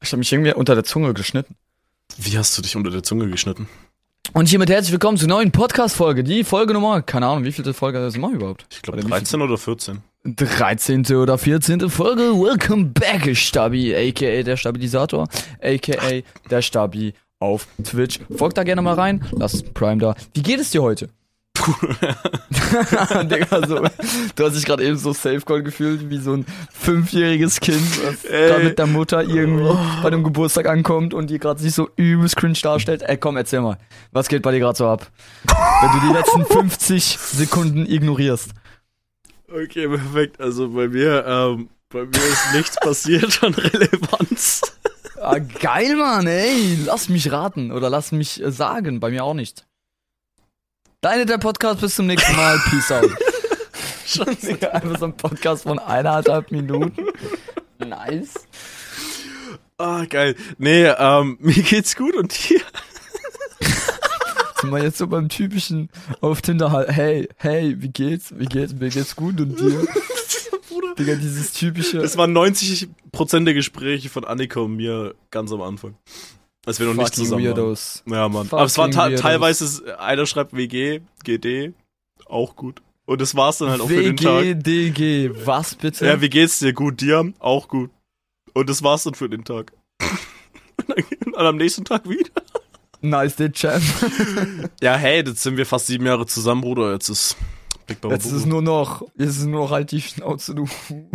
Ich habe mich irgendwie unter der Zunge geschnitten. Wie hast du dich unter der Zunge geschnitten? Und hiermit herzlich willkommen zur neuen Podcast-Folge. Die Folge Nummer, keine Ahnung, wie vielte Folge das machen wir überhaupt? Ich glaube 13 oder 14. 13. oder 14. Folge. Welcome back, Stabi, a.k.a. der Stabilisator, a.k.a. der Stabi auf Twitch. Folgt da gerne mal rein, lasst Prime da. Wie geht es dir heute? Digga, so, du hast dich gerade eben so Safe-Call gefühlt, wie so ein 5-jähriges Kind, das gerade mit der Mutter irgendwie bei dem Geburtstag ankommt und die gerade sich so übelst cringe darstellt. Ey, komm, erzähl mal, was geht bei dir gerade so ab? Wenn du die letzten 50 Sekunden ignorierst. Okay, perfekt. Also bei mir ist nichts passiert an Relevanz. Ah, geil, Mann, ey, lass mich raten oder lass mich sagen, bei mir auch nicht. Deine der Podcast, bis zum nächsten Mal. Peace out. Schon einfach so ein Podcast von 1,5 Minuten. Nice. Ah, geil. Nee, mir geht's gut und dir? Sind wir jetzt so beim typischen auf Tinder halt, hey, wie geht's? Mir geht's gut und dir? Digga, dieses typische. Das waren 90% der Gespräche von Annika und mir ganz am Anfang. Als wir noch nicht zusammen Weirdos. waren. Ja, Mann. Aber es war teilweise, einer schreibt WG, GD, auch gut. Und das war's dann halt auch für den Tag. WG, was bitte? Ja, wie geht's dir? Gut, dir? Auch gut. Und das war's dann für den Tag. Und am nächsten Tag wieder. Nice, der Champ. Ja, hey, jetzt sind wir fast 7 Jahre zusammen, Bruder. Jetzt ist Big Baba Jetzt ist es nur noch halt die Schnauze, du.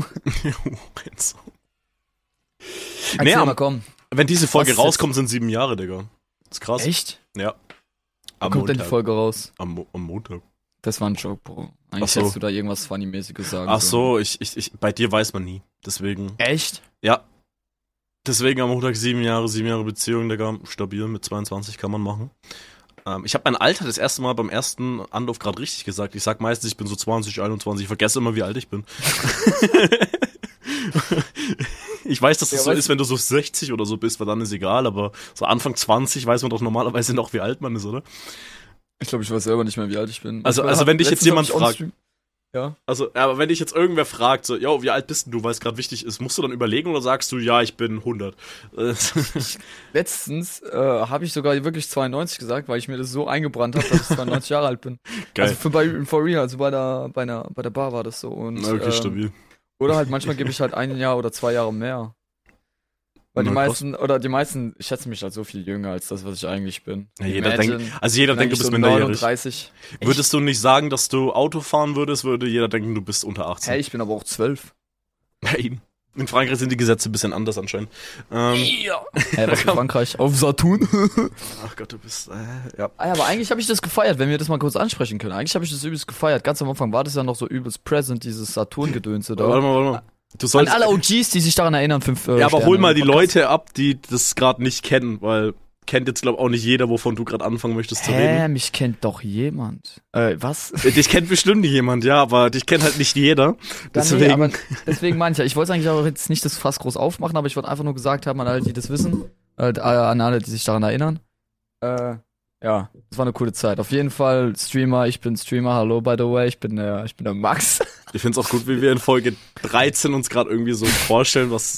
Nee, mal, komm. Wenn diese Folge rauskommt, sind 7 Jahre, Digga. Das ist krass. Echt? Ja. Wann kommt denn die Folge raus? Am Montag. Das war ein Joke, Bro. Eigentlich hättest du da irgendwas Funny-mäßiges sagen Ach so, ich, bei dir weiß man nie. Deswegen. Echt? Ja. Deswegen am Montag 7 Jahre Beziehung, Digga. Stabil, mit 22 kann man machen. Ich habe mein Alter das erste Mal beim ersten Anruf gerade richtig gesagt. Ich sag meistens, ich bin so 20, 21. Ich vergesse immer, wie alt ich bin. Ich weiß, dass das so ist, wenn du so 60 oder so bist, weil dann ist egal, aber so Anfang 20 weiß man doch normalerweise noch, wie alt man ist, oder? Ich glaube, ich weiß selber nicht mehr, wie alt ich bin. Also wenn dich jetzt jemand fragt, ja. Also, aber wenn dich jetzt irgendwer fragt, so, yo, wie alt bist du, weil es gerade wichtig ist, musst du dann überlegen oder sagst du, ja, ich bin 100? Letztens habe ich sogar wirklich 92 gesagt, weil ich mir das so eingebrannt habe, dass ich 92 Jahre alt bin. Geil. Also for real, also bei der Bar war das so. Und, okay, stabil. Oder halt manchmal gebe ich halt 1 Jahr oder 2 Jahre mehr. Weil die meisten schätzen mich halt so viel jünger als das, was ich eigentlich bin. Ja, jeder denkt, du bist so minderjährig. 39. Würdest du nicht sagen, dass du Auto fahren würdest, würde jeder denken, du bist unter 18. Hey, ich bin aber auch 12. Hey, in Frankreich sind die Gesetze ein bisschen anders anscheinend. Ja. Hey, was in Frankreich? Auf Saturn? Ach Gott, du bist, ja. Aber eigentlich habe ich das gefeiert, wenn wir das mal kurz ansprechen können. Eigentlich habe ich das übelst gefeiert. Ganz am Anfang war das ja noch so übelst present, dieses Saturn-Gedönse da. Warte mal. An alle OGs, die sich daran erinnern, 5 Ja, aber hol mal die Leute ab, die das gerade nicht kennen, weil kennt jetzt, glaube ich, auch nicht jeder, wovon du gerade anfangen möchtest zu reden. Mich kennt doch jemand. Was? Dich kennt bestimmt jemand, ja, aber dich kennt halt nicht jeder. Deswegen. Nee, deswegen mancher. Ich wollte eigentlich auch jetzt nicht das Fass groß aufmachen, aber ich wollte einfach nur gesagt haben, an alle, die das wissen, an alle, die sich daran erinnern. Ja, das war eine coole Zeit. Auf jeden Fall Streamer, ich bin Streamer, hallo by the way, ich bin der Max. Ich find's auch gut, wie wir in Folge 13 uns gerade irgendwie so vorstellen, was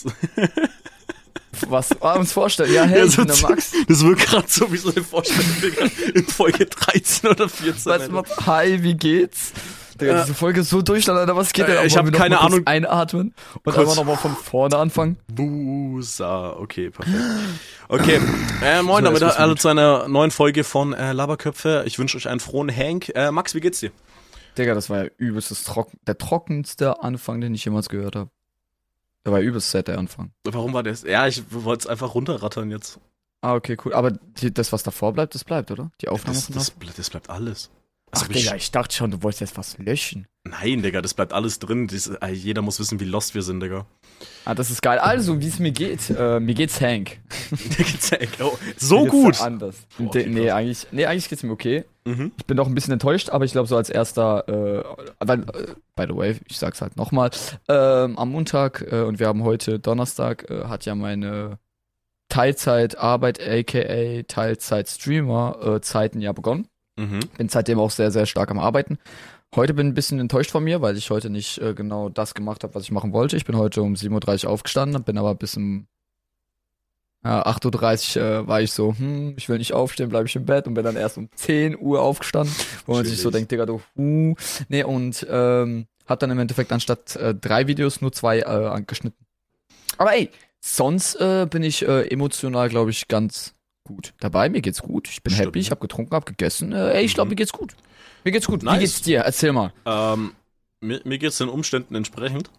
uns vorstellen. Ja, hey, ich bin der Max. Das wird gerade so wie so eine Vorstellung, Digga, in Folge 13 oder 14. Weißt du, hi, wie geht's? Digga, diese Folge ist so durcheinander, was geht denn? Ich habe keine Ahnung. Einatmen und einfach nochmal von vorne anfangen. Busa, okay, perfekt. Okay, moin damit alle zu einer neuen Folge von Laberköpfe. Ich wünsche euch einen frohen Hank. Max, wie geht's dir? Digga, das war ja übelst der trockenste Anfang, den ich jemals gehört habe. Der war übelst sad, der Anfang. Warum war das? Ja, ich wollte es einfach runterrattern jetzt. Ah, okay, cool. Aber das, was davor bleibt, das bleibt, oder? Die Aufnahme das bleibt alles. Ach, Digga, ich dachte schon, du wolltest jetzt was löschen. Nein, Digga, das bleibt alles drin. Jeder muss wissen, wie lost wir sind, Digga. Ah, das ist geil. Also, wie es mir geht. Mir geht's Hank. Mir geht's Hank. Oh, so gut. Anders. Nee, eigentlich geht's mir okay. Mhm. Ich bin doch ein bisschen enttäuscht, aber ich glaube, so als erster, by the way, ich sag's halt nochmal, am Montag, und wir haben heute Donnerstag, hat ja meine Teilzeitarbeit, aka Teilzeit-Streamer, Zeiten ja begonnen. Mhm. Bin seitdem auch sehr, sehr stark am Arbeiten. Heute bin ich ein bisschen enttäuscht von mir, weil ich heute nicht genau das gemacht habe, was ich machen wollte. Ich bin heute um 7:30 Uhr aufgestanden, bin aber bis um Ja, 8:30 Uhr war ich so, ich will nicht aufstehen, bleibe ich im Bett und bin dann erst um 10 Uhr aufgestanden, wo man sich so denkt, Digga, du, nee, und hat dann im Endeffekt anstatt 3 Videos nur 2 angeschnitten. Aber ey, sonst bin ich emotional, glaube ich, ganz gut dabei. Mir geht's gut, ich bin happy, ich habe getrunken, habe gegessen. Ich glaube, mir geht's gut. Mir geht's gut. Nice. Wie geht's dir? Erzähl mal. Mir geht's den Umständen entsprechend.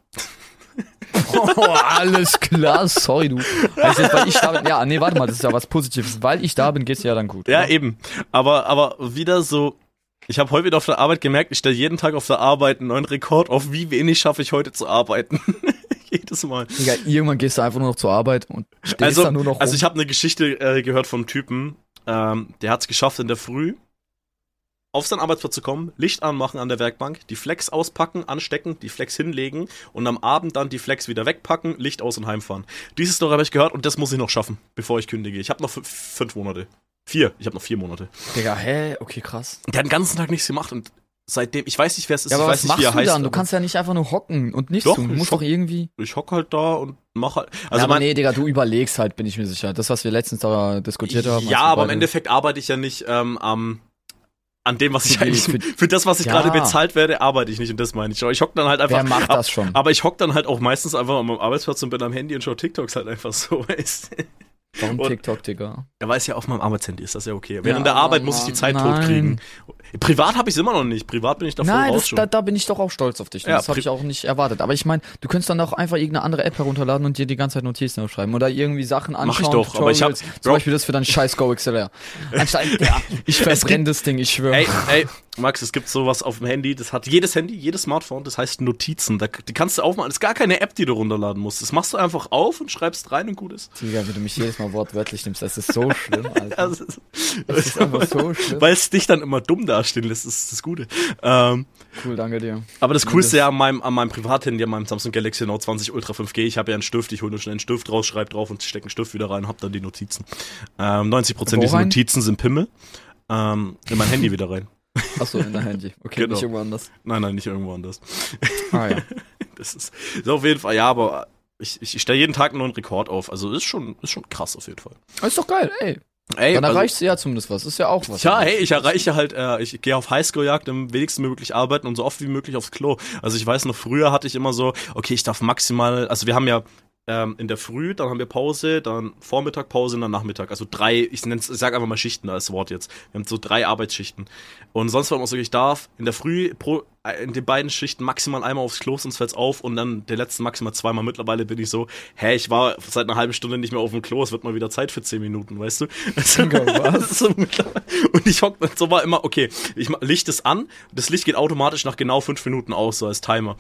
Oh, alles klar, sorry, du. Also jetzt, weil ich da bin, ja, nee, warte mal, das ist ja was Positives. Weil ich da bin, geht's dir ja dann gut. Ja, oder? eben. Aber wieder so, ich habe heute wieder auf der Arbeit gemerkt, ich stelle jeden Tag auf der Arbeit einen neuen Rekord auf, wie wenig schaffe ich heute zu arbeiten. Jedes Mal. Digga, irgendwann gehst du einfach nur noch zur Arbeit und stehst da nur noch rum. Also ich habe eine Geschichte gehört vom Typen, der hat es geschafft in der Früh, auf seinen Arbeitsplatz zu kommen, Licht anmachen an der Werkbank, die Flex auspacken, anstecken, die Flex hinlegen und am Abend dann die Flex wieder wegpacken, Licht aus und heimfahren. Diese Story habe ich gehört und das muss ich noch schaffen, bevor ich kündige. Ich habe noch 5 Monate. 4. Ich habe noch 4 Monate. Digga, okay, krass. Der hat den ganzen Tag nichts gemacht und seitdem, ich weiß nicht, wer es ist, ja, aber ich weiß nicht, wie er heißt. Dann? Du kannst ja nicht einfach nur hocken und nichts tun. Du musst doch irgendwie... Ich hock halt da und mach halt... Also ja, aber nee, Digga, du überlegst halt, bin ich mir sicher. Das, was wir letztens da diskutiert haben. Ja, aber im Endeffekt arbeite ich ja nicht an dem, was ich eigentlich, für das, was ich gerade bezahlt werde, arbeite ich nicht und das meine ich. Ich hock dann halt einfach. Wer macht das schon? Aber ich hock dann halt auch meistens einfach an meinem Arbeitsplatz und bin am Handy und schau TikToks halt einfach so, weißt du. Warum TikTok, Digga? Ja, weil es ja auf meinem Arbeitshandy ist, das ist ja okay. Während der Arbeit muss ich die Zeit tot kriegen. Privat habe ich es immer noch nicht. Privat bin ich da voll raus schon. Da bin ich doch auch stolz auf dich. Ja, das habe ich auch nicht erwartet. Aber ich meine, du könntest dann auch einfach irgendeine andere App herunterladen und dir die ganze Zeit Notizen aufschreiben oder irgendwie Sachen anschauen. Mach ich doch, aber ich habe zum Beispiel das für deinen scheiß GoXLR. Anstatt, ich verbrenne das Ding, ich schwöre. Ey, Max, es gibt sowas auf dem Handy, das hat jedes Handy, jedes Smartphone, das heißt Notizen. Die kannst du aufmachen. Das ist gar keine App, die du runterladen musst. Das machst du einfach auf und schreibst rein und gut ist. Digga, wie du mich jedes Mal wortwörtlich nimmst, das ist so schlimm, Alter. Das ist einfach so schlimm. Weil es dich dann immer dumm dastehen lässt, das ist das Gute. Cool, danke dir. Aber das Coolste ja an meinem Privathandy, an meinem Samsung Galaxy Note 20 Ultra 5G, ich habe ja einen Stift, ich hole nur schnell einen Stift raus, schreibe drauf und stecke einen Stift wieder rein und hab dann die Notizen. 90% dieser Notizen sind Pimmel. In mein Handy wieder rein. Achso, in dein Handy. Okay, genau. Nicht irgendwo anders. Nein, nicht irgendwo anders. Ah ja. Das ist auf jeden Fall, ja, aber ich stelle jeden Tag einen neuen Rekord auf. Also ist schon krass auf jeden Fall. Das ist doch geil, ey. Dann erreichst du ja zumindest was. Ist ja auch was. Ja, hey, ich erreiche halt, ich gehe auf Highscore-Jagd, am wenigsten möglich arbeiten und so oft wie möglich aufs Klo. Also ich weiß noch, früher hatte ich immer so, okay, ich darf maximal, also wir haben ja in der Früh, dann haben wir Pause, dann Vormittag Pause und dann Nachmittag. Also 3, ich sag einfach mal Schichten als Wort jetzt. Wir haben so 3 Arbeitsschichten. Und sonst war immer so, ich darf in der Früh in den beiden Schichten maximal einmal aufs Klo, sonst fällt's auf und dann der letzten maximal 2-mal. Mittlerweile bin ich so, ich war seit einer halben Stunde nicht mehr auf dem Klo, es wird mal wieder Zeit für 10 Minuten, weißt du? Was? Und ich hock dann so war immer, okay, ich Licht ist an, das Licht geht automatisch nach genau 5 Minuten aus, so als Timer.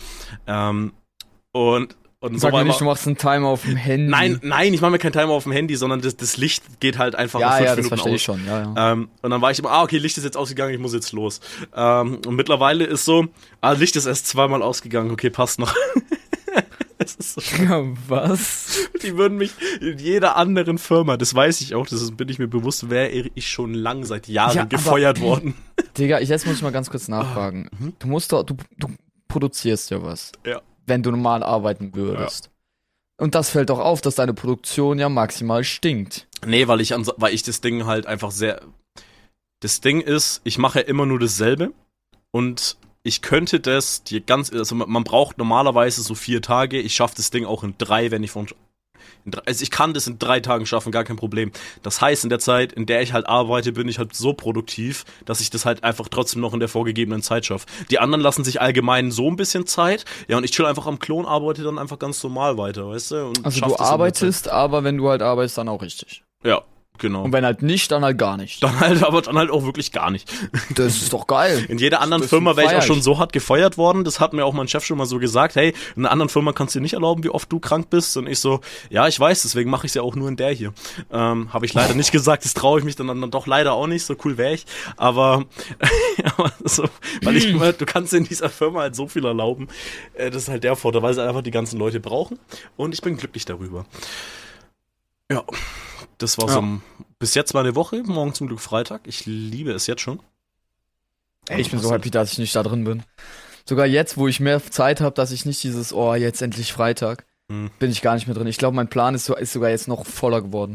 Und sag mir nicht, du machst einen Timer auf dem Handy. Nein, ich mache mir keinen Timer auf dem Handy, sondern das Licht geht halt einfach nach 5 Minuten aus. Ja, das verstehe ich schon, ja. Und dann war ich immer, okay, Licht ist jetzt ausgegangen, ich muss jetzt los. Und mittlerweile ist so, Licht ist erst 2-mal ausgegangen, okay, passt noch. Das ist so. Ja, was? Die würden mich in jeder anderen Firma, das weiß ich auch, bin ich mir bewusst, wäre ich schon lang seit Jahren gefeuert worden. Digga, jetzt muss ich mal ganz kurz nachfragen. Du musst doch, du produzierst ja was. Ja. Wenn du normal arbeiten würdest. Ja. Und das fällt doch auf, dass deine Produktion ja maximal stinkt. Nee, weil ich das Ding halt einfach das Ding ist, ich mache ja immer nur dasselbe und ich könnte das also man braucht normalerweise so 4 Tage, ich schaffe das Ding auch in 3, also ich kann das in 3 Tagen schaffen, gar kein Problem. Das heißt, in der Zeit, in der ich halt arbeite, bin ich halt so produktiv, dass ich das halt einfach trotzdem noch in der vorgegebenen Zeit schaffe. Die anderen lassen sich allgemein so ein bisschen Zeit, ja, und ich chill einfach am Klo und arbeite dann einfach ganz normal weiter, weißt du? Und also du arbeitest, aber wenn du halt arbeitest, dann auch richtig. Ja. Genau. Und wenn halt nicht, dann halt gar nicht. Dann halt auch wirklich gar nicht. Das ist doch geil. In jeder anderen Firma wäre ich auch schon so hart gefeuert worden. Das hat mir auch mein Chef schon mal so gesagt. Hey, in einer anderen Firma kannst du dir nicht erlauben, wie oft du krank bist. Und ich so, ja, ich weiß, deswegen mache ich es ja auch nur in der hier. Habe ich leider nicht gesagt, das traue ich mich dann doch leider auch nicht. So cool wäre ich. Aber so, weil du kannst in dieser Firma halt so viel erlauben. Das ist halt der Vorteil, weil sie einfach die ganzen Leute brauchen. Und ich bin glücklich darüber. Ja. Das war so bis jetzt meine Woche, morgen zum Glück Freitag. Ich liebe es jetzt schon. Ey, ich bin so happy, dass ich nicht da drin bin. Sogar jetzt, wo ich mehr Zeit habe, dass ich nicht dieses, jetzt endlich Freitag, bin ich gar nicht mehr drin. Ich glaube, mein Plan ist sogar jetzt noch voller geworden.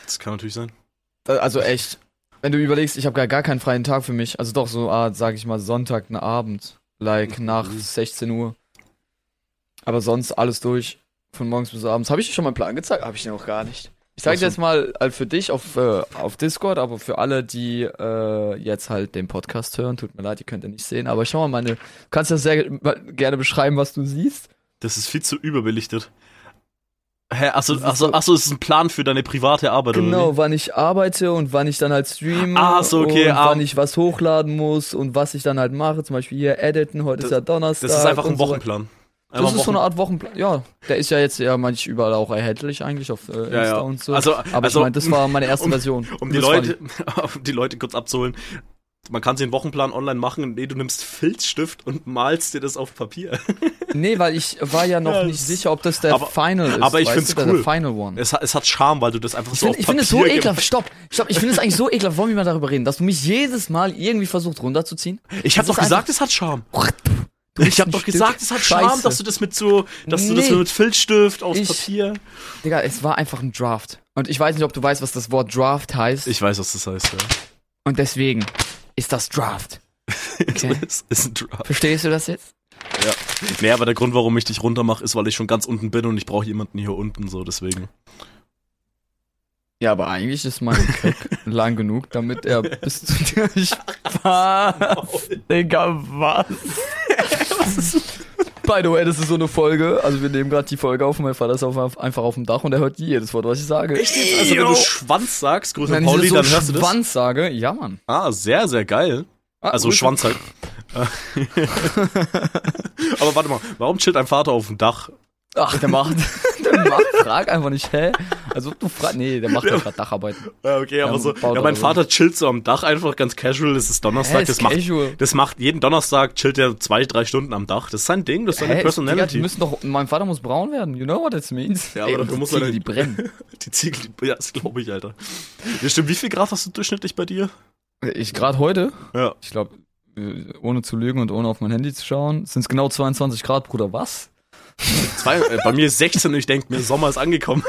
Das kann natürlich sein. Also echt, wenn du überlegst, ich habe gar keinen freien Tag für mich. Also doch so, sag ich mal, Sonntag, Abend. Like nach 16 Uhr. Aber sonst alles durch. Von morgens bis abends. Habe ich dir schon mal einen Plan gezeigt? Habe ich dir noch gar nicht. Ich zeige dir jetzt mal für dich auf Discord, aber für alle, die jetzt halt den Podcast hören, tut mir leid, die könnt ihr nicht sehen, aber schau mal, du kannst ja sehr gerne beschreiben, was du siehst. Das ist viel zu überbelichtet. Hä, achso, es ist ein Plan für deine private Arbeit, oder? Genau, wann ich arbeite und wann ich dann halt streame okay, und wann ich was hochladen muss und was ich dann halt mache, zum Beispiel hier editen, heute ist ja Donnerstag. Das ist einfach ein Wochenplan. Das ist so eine Art Wochenplan, ja. Der ist ja jetzt ja manchmal überall auch erhältlich eigentlich auf Insta und so. Aber ich meine, das war meine erste Version. Um die Leute kurz abzuholen, man kann sich einen Wochenplan online machen, du nimmst Filzstift und malst dir das auf Papier. Nee, weil ich war ja noch nicht sicher, ob das der Final ist. Aber ich find's cool. Der Final One. Es hat Charme, weil du das einfach so auf Papier... Ich finde es so ekelhaft, stopp, ich finde es eigentlich so ekelhaft, wollen wir mal darüber reden, dass du mich jedes Mal irgendwie versuchst runterzuziehen? Ich hab doch gesagt, es hat Charme. Ich hab doch gesagt, es hat Charme, dass du das mit mit Filzstift aufs Papier... Digga, es war einfach ein Draft. Und ich weiß nicht, ob du weißt, was das Wort Draft heißt. Ich weiß, was das heißt, ja. Und deswegen ist das Draft. Okay? Es ist ein Draft. Verstehst du das jetzt? Ja. Nee, aber der Grund, warum ich dich runtermache, ist, weil ich schon ganz unten bin und ich brauche jemanden hier unten, so, deswegen. Ja, aber eigentlich ist mein Crack lang genug, damit er bis zu dir nicht... Was? Digga, was? Was ist... By the way, das ist so eine Folge, also wir nehmen gerade die Folge auf und mein Vater ist einfach auf dem Dach und er hört jedes Wort, was ich sage. Echt? Also wenn du Schwanz sagst, grüß an Pauli, dann hörst du das? Wenn ich Schwanz sage, ja, Mann. Sehr, sehr geil. Also Schwanz halt. Aber warte mal, warum chillt dein Vater auf dem Dach? Ach, frag einfach nicht, hä? Also du fragst, nee, der macht ja gerade Dacharbeiten. Ja, okay, aber so, ja, mein Vater chillt so am Dach einfach ganz casual, es ist Donnerstag, das macht jeden Donnerstag chillt er 2-3 Stunden am Dach, das ist sein Ding, das ist seine Personality. Mein Vater muss braun werden, you know what that means? Ja, aber du musst die brennen. Die Ziegel, ja, das glaube ich, Alter. Ja, stimmt, wie viel Grad hast du durchschnittlich bei dir? Ich gerade heute? Ja. Ich glaube, ohne zu lügen und ohne auf mein Handy zu schauen, sind es genau 22 Grad, Bruder, was? Bei mir ist 16 und ich denke mir, Sommer ist angekommen.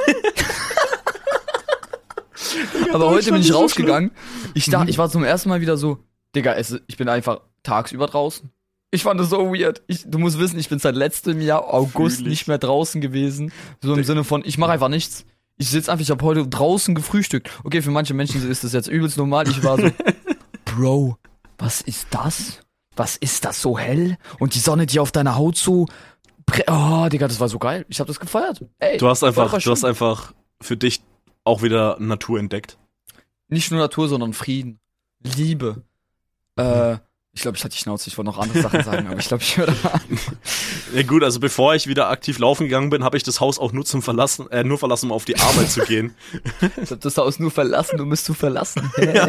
Aber heute bin ich rausgegangen. Ich war zum ersten Mal wieder so, Digga, ich bin einfach tagsüber draußen. Ich fand das so weird. Du musst wissen, ich bin seit letztem Jahr August nicht mehr draußen gewesen. So im Sinne von, ich mache einfach nichts. Ich sitze einfach, ich habe heute draußen gefrühstückt. Okay, für manche Menschen ist das jetzt übelst normal. Ich war so, Bro, was ist das? Was ist das so hell? Und die Sonne, die auf deiner Haut so... Oh, Digga, das war so geil. Ich hab das gefeiert. Ey, du hast einfach für dich auch wieder Natur entdeckt. Nicht nur Natur, sondern Frieden. Liebe. Ich glaube, ich hatte die Schnauze, ich wollte noch andere Sachen sagen, aber ich glaube, ich höre da mal an. Ja gut, also bevor ich wieder aktiv laufen gegangen bin, habe ich das Haus auch nur verlassen, um auf die Arbeit zu gehen. Ich habe das Haus nur verlassen, um es zu verlassen. Ja,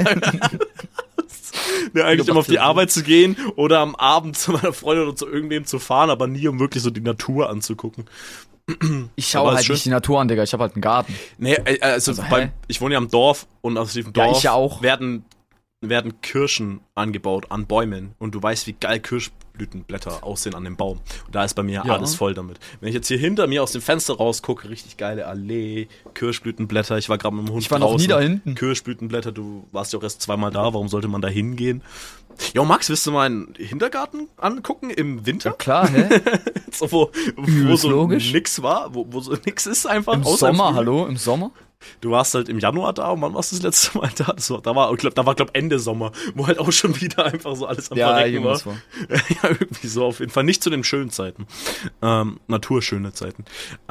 eigentlich um auf die Arbeit zu gehen oder am Abend zu meiner Freundin oder zu irgendwem zu fahren, aber nie, um wirklich so die Natur anzugucken. Ich schaue halt nicht die Natur an, Digga, ich habe halt einen Garten. Nee, also ich wohne ja am Dorf und aus dem Dorf ich ja auch. werden Kirschen angebaut an Bäumen und du weißt, wie geil Kirschblütenblätter aussehen an dem Baum. Und da ist bei mir alles voll damit. Wenn ich jetzt hier hinter mir aus dem Fenster rausgucke, richtig geile Allee, Kirschblütenblätter. Ich war gerade mit dem Hund draußen. Ich war noch nie da hinten. Kirschblütenblätter, du warst ja auch erst 2-mal da, warum sollte man da hingehen? Jo, Max, willst du mal einen Hintergarten angucken im Winter? Ja klar, hä? So, wo so logisch. Nix war, wo so nix ist einfach. Im Sommer, hallo, im Sommer? Du warst halt im Januar da und wann warst du das letzte Mal da? Da war Ende Sommer, wo halt auch schon wieder einfach so alles am Verrecken war. Ja, irgendwie so auf jeden Fall. Nicht zu den schönen Zeiten. Naturschöne Zeiten.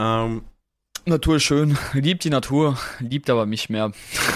Natur ist schön. Liebt die Natur, liebt aber mich mehr.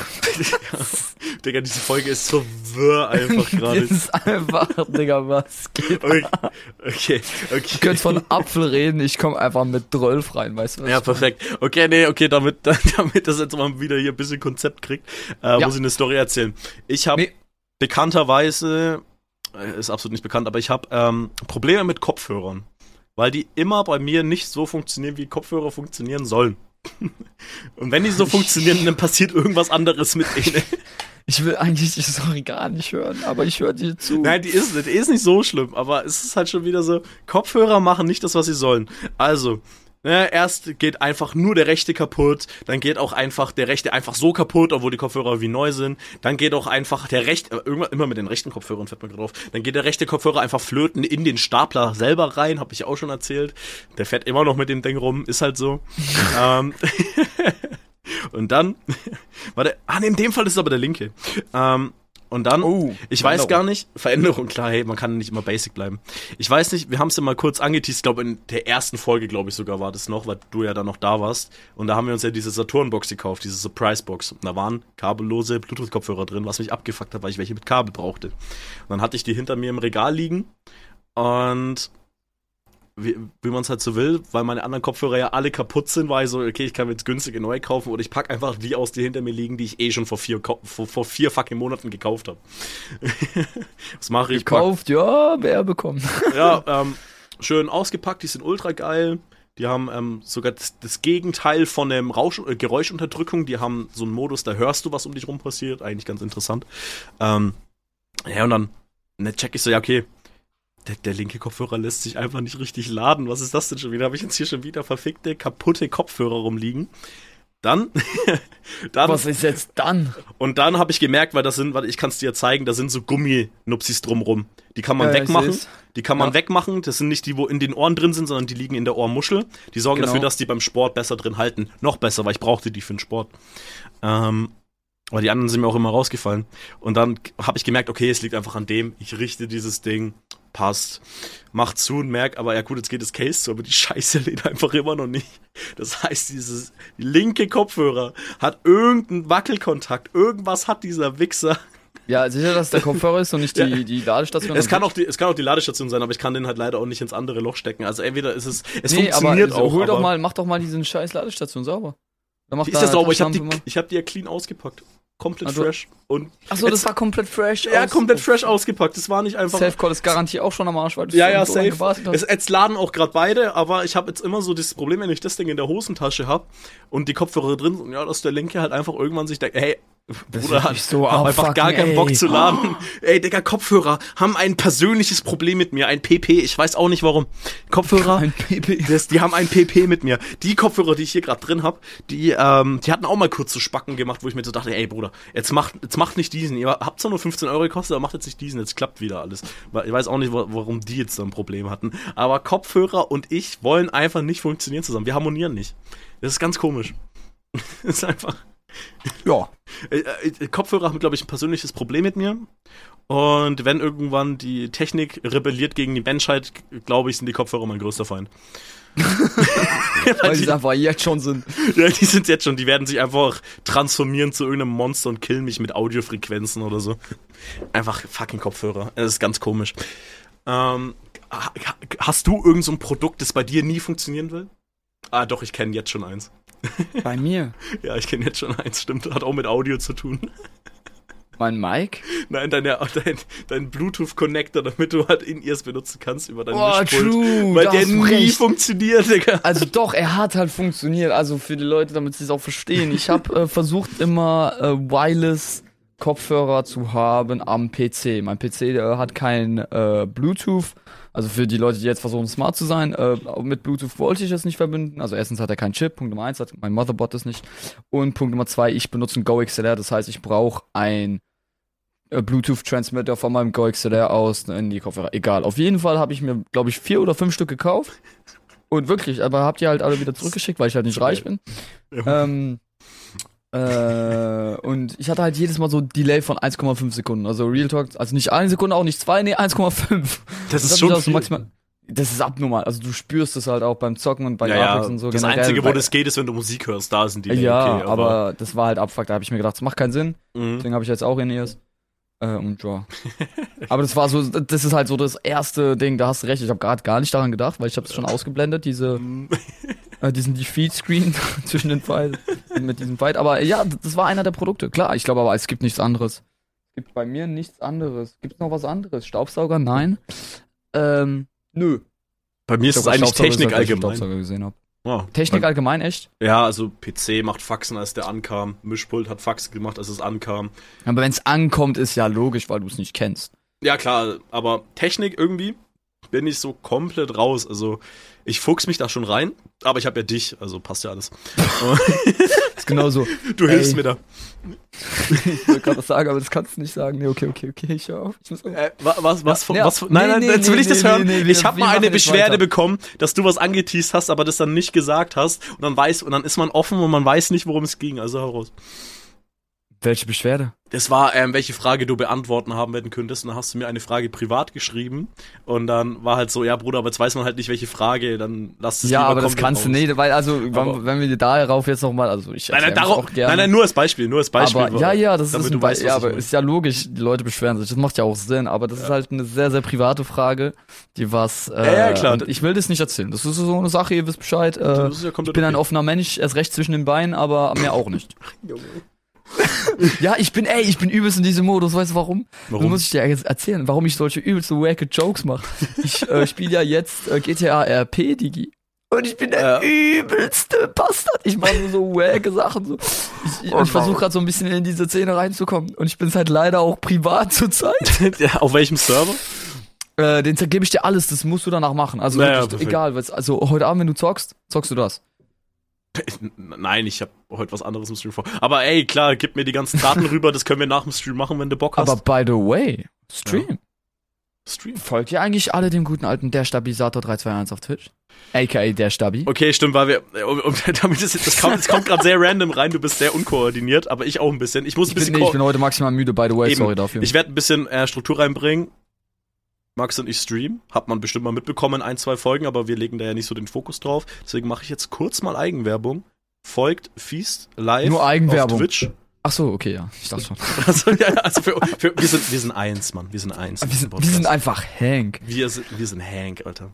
Digga, diese Folge ist so wirr einfach gerade. Das ist einfach, Digga, was geht Okay. Du könntest von Apfel reden, ich komme einfach mit 12 rein, weißt du was? Ja, perfekt. Okay, damit das jetzt mal wieder hier ein bisschen Konzept kriegt, muss ich eine Story erzählen. Ich habe bekannterweise, ist absolut nicht bekannt, aber ich habe Probleme mit Kopfhörern. Weil die immer bei mir nicht so funktionieren, wie Kopfhörer funktionieren sollen. Und wenn die so funktionieren, dann passiert irgendwas anderes mit denen. Ich will eigentlich die Story gar nicht hören, aber ich höre dir zu. Nein, die ist nicht so schlimm, aber es ist halt schon wieder so, Kopfhörer machen nicht das, was sie sollen. Also, Ne, erst geht einfach nur der rechte kaputt, dann geht auch einfach der rechte einfach so kaputt, obwohl die Kopfhörer wie neu sind. Dann geht auch einfach der rechte, immer mit den rechten Kopfhörern fällt mir gerade auf, dann geht der rechte Kopfhörer einfach flöten in den Stapler selber rein, hab ich auch schon erzählt. Der fährt immer noch mit dem Ding rum, ist halt so. Und dann, in dem Fall ist es aber der linke. Und dann, ich weiß gar nicht, Veränderung, klar, hey, man kann nicht immer basic bleiben. Ich weiß nicht, wir haben es ja mal kurz angeteased, ich glaube in der ersten Folge, glaube ich sogar war das noch, weil du ja dann noch da warst. Und da haben wir uns ja diese Saturn-Box gekauft, diese Surprise-Box. Und da waren kabellose Bluetooth-Kopfhörer drin, was mich abgefuckt hat, weil ich welche mit Kabel brauchte. Und dann hatte ich die hinter mir im Regal liegen und wie man es halt so will, weil meine anderen Kopfhörer ja alle kaputt sind, war ich so, okay, ich kann mir jetzt günstige neu kaufen oder ich pack einfach die aus, die hinter mir liegen, die ich schon vor 4 fucking Monaten gekauft habe. Was mache ich? Gekauft, ja, wer bekommen. Ja, schön ausgepackt, die sind ultra geil. Die haben sogar das Gegenteil von dem Geräuschunterdrückung. Die haben so einen Modus, da hörst du, was um dich rum passiert. Eigentlich ganz interessant. Ja, und dann check ich so, ja, okay, der linke Kopfhörer lässt sich einfach nicht richtig laden. Was ist das denn schon wieder? Habe ich jetzt hier schon wieder verfickte, kaputte Kopfhörer rumliegen. Dann was ist jetzt dann? Und dann habe ich gemerkt, weil ich kann es dir zeigen, da sind so Gumminupsis drumrum. Die kann man wegmachen. Die kann man wegmachen. Das sind nicht die, wo in den Ohren drin sind, sondern die liegen in der Ohrmuschel. Die sorgen dafür, dass die beim Sport besser drin halten. Noch besser, weil ich brauchte die für den Sport. Aber die anderen sind mir auch immer rausgefallen. Und dann habe ich gemerkt, okay, es liegt einfach an dem. Ich richte dieses Ding, passt, mach zu und merk, aber ja gut, jetzt geht das Case zu, aber die Scheiße lädt einfach immer noch nicht. Das heißt, dieses linke Kopfhörer hat irgendeinen Wackelkontakt. Irgendwas hat dieser Wichser. Ja, sicher, dass der Kopfhörer ist und nicht die Ladestation. Es kann auch die Ladestation sein, aber ich kann den halt leider auch nicht ins andere Loch stecken. Also entweder ist es funktioniert aber auch. Mach doch mal diesen scheiß Ladestation sauber. Wie ist das sauber? Ich hab die ja clean ausgepackt. Komplett fresh. Achso, das war komplett fresh. Ja, komplett fresh ausgepackt. Das war nicht einfach. Safe-Call ist garantiert auch schon am Arsch, weil du so safe. Jetzt laden auch gerade beide, aber ich habe jetzt immer so das Problem, wenn ich das Ding in der Hosentasche hab und die Kopfhörer drin sind, ja, dass der Linke halt einfach irgendwann sich denkt, hey, Bruder hat einfach gar keinen Bock zu laden. Ey, Digga, Kopfhörer haben ein persönliches Problem mit mir. Ein PP, ich weiß auch nicht warum. Kopfhörer, die haben ein PP mit mir. Die Kopfhörer, die ich hier gerade drin hab, die hatten auch mal kurz so Spacken gemacht, wo ich mir so dachte, ey Bruder, jetzt macht nicht diesen. Ihr habt zwar nur 15 € gekostet, aber macht jetzt nicht diesen. Jetzt klappt wieder alles. Ich weiß auch nicht, warum die jetzt so ein Problem hatten. Aber Kopfhörer und ich wollen einfach nicht funktionieren zusammen. Wir harmonieren nicht. Das ist ganz komisch. Das ist einfach... Ja. Kopfhörer haben, glaube ich, ein persönliches Problem mit mir. Und wenn irgendwann die Technik rebelliert gegen die Menschheit, glaube ich, sind die Kopfhörer mein größter Feind. Weil die einfach jetzt schon sind. Ja, die sind jetzt schon. Die werden sich einfach transformieren zu irgendeinem Monster und killen mich mit Audiofrequenzen oder so. Einfach fucking Kopfhörer. Das ist ganz komisch. Hast du irgend so ein Produkt, das bei dir nie funktionieren will? Ah, doch, ich kenne jetzt schon eins. Bei mir? Ja, ich kenne jetzt schon eins, stimmt. Hat auch mit Audio zu tun. Mein Mic? Nein, dein Bluetooth-Connector, damit du halt In-Ears benutzen kannst über deinen Mischpult. True, weil der nie funktioniert, Digga. Also doch, er hat halt funktioniert. Also für die Leute, damit sie es auch verstehen. Ich habe versucht immer Wireless Kopfhörer zu haben am PC. Mein PC hat kein Bluetooth. Also für die Leute, die jetzt versuchen, smart zu sein, mit Bluetooth wollte ich es nicht verbinden. Also erstens hat er keinen Chip, Punkt Nummer 1, hat mein Motherboard das nicht. Und Punkt Nummer 2, ich benutze einen Go XLR, das heißt, ich brauche ein Bluetooth-Transmitter von meinem Go XLR aus in die Kopfhörer. Egal. Auf jeden Fall habe ich mir, glaube ich, 4 oder 5 Stück gekauft. Und wirklich, aber habt ihr halt alle wieder zurückgeschickt, weil ich halt nicht reich bin. Ja. Und ich hatte halt jedes Mal so ein Delay von 1,5 Sekunden. Also Real Talk, also nicht 1 Sekunde, auch nicht 2, nee, 1,5. Das ist schon viel. Maximal, das ist abnormal. Also du spürst es halt auch beim Zocken und bei Graphics und so. Das generell, Einzige, wo das geht, ist, wenn du Musik hörst. Da sind die Delay, ja, okay, aber das war halt Abfuck. Da habe ich mir gedacht, das macht keinen Sinn. Deswegen habe ich jetzt auch In-Ears. Und ja. Aber das ist halt so das erste Ding, da hast du recht. Ich habe gerade gar nicht daran gedacht, weil ich habe es schon ausgeblendet, diesen Defeat-Screen zwischen den Fight, mit diesem Fight. Aber ja, das war einer der Produkte. Klar, ich glaube aber, es gibt nichts anderes. Es gibt bei mir nichts anderes. Gibt es noch was anderes? Staubsauger? Nein. Nö. Bei mir ist es eigentlich Technik allgemein. Staubsauger gesehen habe. Oh, Technik allgemein, echt? Ja, also PC macht Faxen, als der ankam. Mischpult hat Faxen gemacht, als es ankam. Aber wenn es ankommt, ist ja logisch, weil du es nicht kennst. Ja, klar, aber Technik irgendwie, bin ich so komplett raus. Also, ich fuchs mich da schon rein, aber ich habe ja dich, also passt ja alles. Das ist genauso. Du hilfst mir da. Ich wollte gerade was sagen, aber das kannst du nicht sagen. Nee, okay, ich hör auf. Nein, jetzt will ich das hören. Ich habe mal eine Beschwerde bekommen, dass du was angeteased hast, aber das dann nicht gesagt hast. Und dann ist man offen und man weiß nicht, worum es ging. Also heraus. Welche Beschwerde? Das war, welche Frage du beantworten haben werden könntest. Und dann hast du mir eine Frage privat geschrieben. Und dann war halt so, ja Bruder, aber jetzt weiß man halt nicht, welche Frage, dann lass es ja, lieber aber das kannst du nicht, weil wenn wir darauf jetzt nochmal, also ich auch gerne. Nein, nur als Beispiel. Aber das ist aber ist ja logisch, die Leute beschweren sich, das macht ja auch Sinn, aber das ist halt eine sehr, sehr private Frage, die was, ja, klar. Ich will das nicht erzählen, das ist so eine Sache, ihr wisst Bescheid, ich bin ein offener Mensch, erst recht zwischen den Beinen, aber mehr auch nicht. Ja, ich bin übelst in diesem Modus, weißt du warum? Das muss ich dir jetzt erzählen, warum ich solche übelste wacke Jokes mache. Ich spiele ja jetzt GTA RP, Digi. Und ich bin der übelste Bastard. Ich mache nur so wacke Sachen. So. Ich versuche gerade so ein bisschen in diese Szene reinzukommen. Und ich bin es halt leider auch privat zurzeit. Ja, auf welchem Server? Den gebe ich dir alles, das musst du danach machen. Also wirklich, egal, also heute Abend, wenn du zockst du das. Nein, ich habe heute was anderes im Stream vor. Aber ey, klar, gib mir die ganzen Daten rüber, das können wir nach dem Stream machen, wenn du Bock hast. Aber by the way, Stream. Ja. Stream. Folgt ihr eigentlich alle dem guten alten Der Stabilisator 321 auf Twitch? A.k.a. Der Stabi. Okay, stimmt, weil wir, das kommt gerade sehr random rein, du bist sehr unkoordiniert, aber ich auch ein bisschen. Ich bin heute maximal müde, by the way, sorry dafür. Ich werde ein bisschen Struktur reinbringen. Max und ich streamen, hat man bestimmt mal mitbekommen, 1-2 Folgen, aber wir legen da ja nicht so den Fokus drauf. Deswegen mache ich jetzt kurz mal Eigenwerbung. Folgt Feast live nur Eigenwerbung auf Twitch. Ach so, okay, ja, ich dachte schon. Wir sind eins, Mann, wir sind eins. Wir sind einfach Hank. Wir sind Hank, Alter.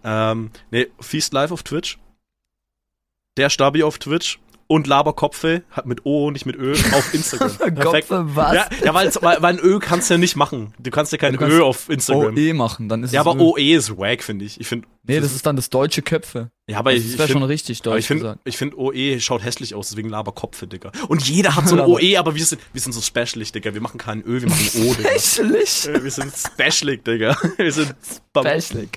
Feast live auf Twitch. Der Stabi auf Twitch. Und Laberkopfe, hat mit O, nicht mit Ö, auf Instagram. Perfekt. Was? Ja, weil ein Ö kannst du ja nicht machen. Du kannst ja kein Ö auf Instagram. OE machen, dann ist ja, es aber OE ist wack, finde ich. Nee, das ist dann das deutsche Köpfe. Ja, aber das wäre schon richtig deutsch gesagt. Ich finde OE schaut hässlich aus, deswegen Laberkopfe, Digga. Und jeder hat so ein OE, aber wir sind so specialig, Digga. Wir machen kein Ö, wir machen O, Digga. Specialig? Wir sind specialig, Digga. Wir sind specialig.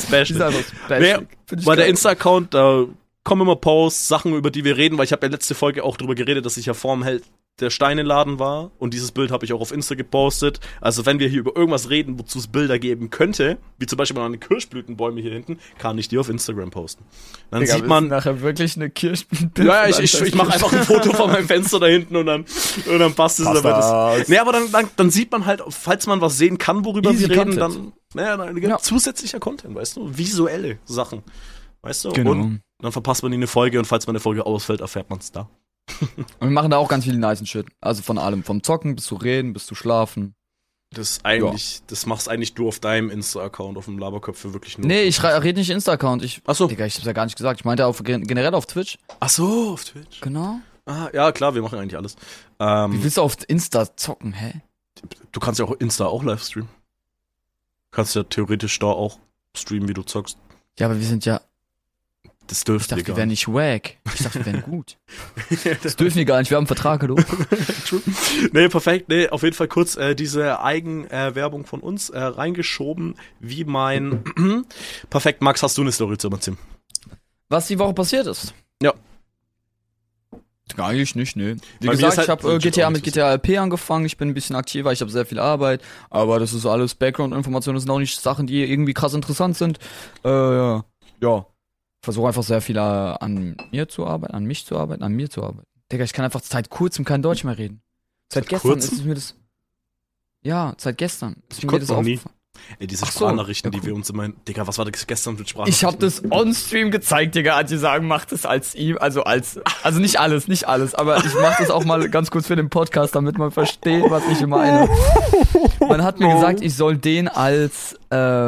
Bei der Insta-Account, da kommen immer Posts, Sachen, über die wir reden, weil ich habe ja letzte Folge auch drüber geredet, dass ich ja vorm Held der Steineladen war und dieses Bild habe ich auch auf Insta gepostet. Also wenn wir hier über irgendwas reden, wozu es Bilder geben könnte, wie zum Beispiel eine Kirschblütenbäume hier hinten, kann ich die auf Instagram posten. Dann Digga, sieht man nachher wirklich eine Kirschblütenbäume. Ja, ich mache einfach ein Foto von meinem Fenster da hinten und dann passt es damit. Nee, aber dann sieht man halt, falls man was sehen kann, worüber wir reden, dann zusätzlicher Content, weißt du, visuelle Sachen, weißt du? Genau. Und dann verpasst man nie eine Folge und falls mal eine Folge ausfällt, erfährt man es da. Und wir machen da auch ganz viel nice Shit. Also von allem. Vom Zocken bis zu reden, bis zu schlafen. Das machst eigentlich du auf deinem Insta-Account, auf dem Laberköpfe wirklich nur. Nee, ich rede nicht Insta-Account. Achso. Digga, ich hab's ja gar nicht gesagt. Ich meinte generell auf Twitch. Ach so, auf Twitch. Genau. Ah, ja, klar, wir machen eigentlich alles. Wie willst du auf Insta zocken, hä? Du kannst ja auch Insta auch live streamen. Du kannst ja theoretisch da auch streamen, wie du zockst. Ja, aber wir sind ja... Das dürfen wir gar nicht. Ich dachte, wir wären nicht wack. Ich dachte, wir wären gut. Das dürfen wir gar nicht. Wir haben einen Vertrag, hallo. True. Nee, perfekt. Nee, auf jeden Fall kurz diese Eigenwerbung von uns reingeschoben, wie mein... Perfekt, Max, hast du eine Story zu erzählen? Was die Woche passiert ist? Ja. Eigentlich nicht, ne. Wie gesagt, ich habe GTA mit GTA RP angefangen, ich bin ein bisschen aktiver, ich habe sehr viel Arbeit, aber das ist alles Background-Informationen, das sind auch nicht Sachen, die irgendwie krass interessant sind. Ja. Versuche einfach sehr viel an mir zu arbeiten. Digga, ich kann einfach seit kurzem kein Deutsch mehr reden. Seit gestern ist mir das... Ja, seit gestern ist mir das aufgefallen. Ey, diese Sprachnachrichten, die wir uns immer... Digga, was war das gestern mit Sprachnachrichten? Ich hab das on-stream gezeigt, Digga, als die sagen, mach das als ihm, also nicht alles, aber ich mach das auch mal ganz kurz für den Podcast, damit man versteht, was ich meine. Man hat mir gesagt, ich soll den als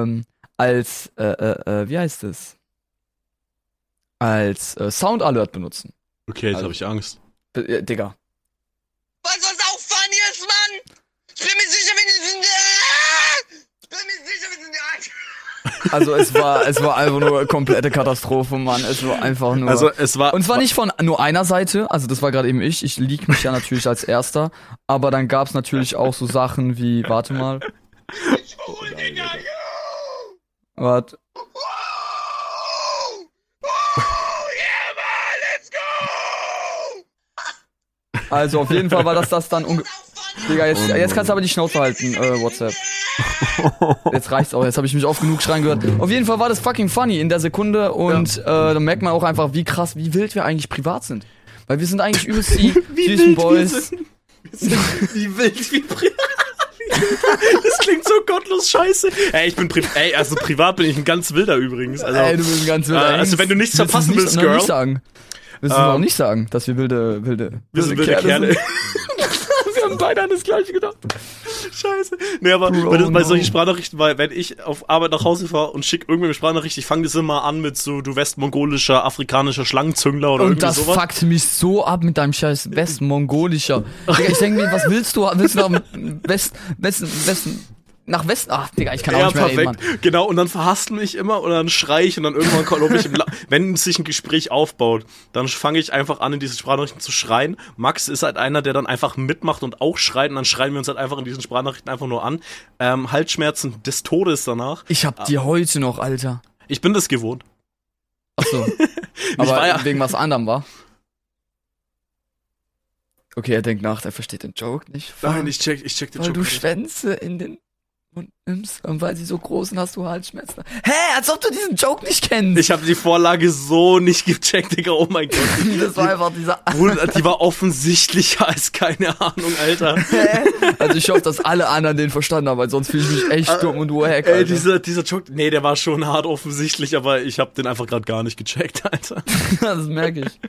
wie heißt es? Als Sound Alert benutzen. Okay, jetzt habe ich Angst. Digga. Was auch funny ist, Mann! Ich bin mir sicher, Also es war einfach nur komplette Katastrophe, Mann. Es war einfach nur... Also es war... Und zwar nicht von nur einer Seite, also das war gerade eben ich leak mich ja natürlich als Erster, aber dann gab's natürlich auch so Sachen wie, warte mal... Warte. Yeah, man, let's go! Also auf jeden Fall war das dann Digga, jetzt kannst du aber die Schnauze halten, WhatsApp. Jetzt reicht's auch, jetzt habe ich mich oft genug schreien gehört. Auf jeden Fall war das fucking funny in der Sekunde und da merkt man auch einfach, wie krass, wie wild wir eigentlich privat sind. Weil wir sind eigentlich übelst die süßen Boys. Wie wild, wie privat. Das klingt so gottlos scheiße. Ey, also privat bin ich ein ganz wilder übrigens. Also, Ey, du bist ein ganz wilder. Also wenn du nichts verpassen willst, Girl. Willst du auch nicht sagen, dass wir wilde Kerle. Wir haben beide an das Gleiche gedacht. Scheiße. Nee, aber bei solchen Sprachnachrichten, weil wenn ich auf Arbeit nach Hause fahre und schicke irgendwelche Sprachnachrichten, ich fange das immer an mit so, du westmongolischer, afrikanischer Schlangenzüngler oder irgendwie sowas. Und das fuckt mich so ab mit deinem scheiß westmongolischer. Digga, ich denke mir, was willst du? Willst du nach Westen? Ach, Digga, ich kann auch nicht mehr reden, Mann. Genau, und dann verhaspel ich immer und dann schrei ich und dann irgendwann wenn sich ein Gespräch aufbaut, dann fange ich einfach an, in diesen Sprachnachrichten zu schreien. Max ist halt einer, der dann einfach mitmacht und auch schreit und dann schreien wir uns halt einfach in diesen Sprachnachrichten einfach nur an. Halsschmerzen des Todes danach. Ich hab die heute noch, Alter. Ich bin das gewohnt. Ach so. Aber wegen was anderem war? Okay, er denkt nach, er versteht den Joke nicht. Nein, ich check den Joke nicht. Weil du Schwänze in den Mund nimmst und weil sie so groß sind, hast du Halsschmerzen. Hä, als ob du diesen Joke nicht kennst. Ich habe die Vorlage so nicht gecheckt, Digga, oh mein Gott. Das war einfach dieser... Die war offensichtlicher als keine Ahnung, Alter. Also ich hoffe, dass alle anderen den verstanden haben, weil sonst fühle ich mich echt dumm und wack, Alter. Ey, dieser Joke, nee, der war schon hart offensichtlich, aber ich habe den einfach gerade gar nicht gecheckt, Alter. Das merke ich.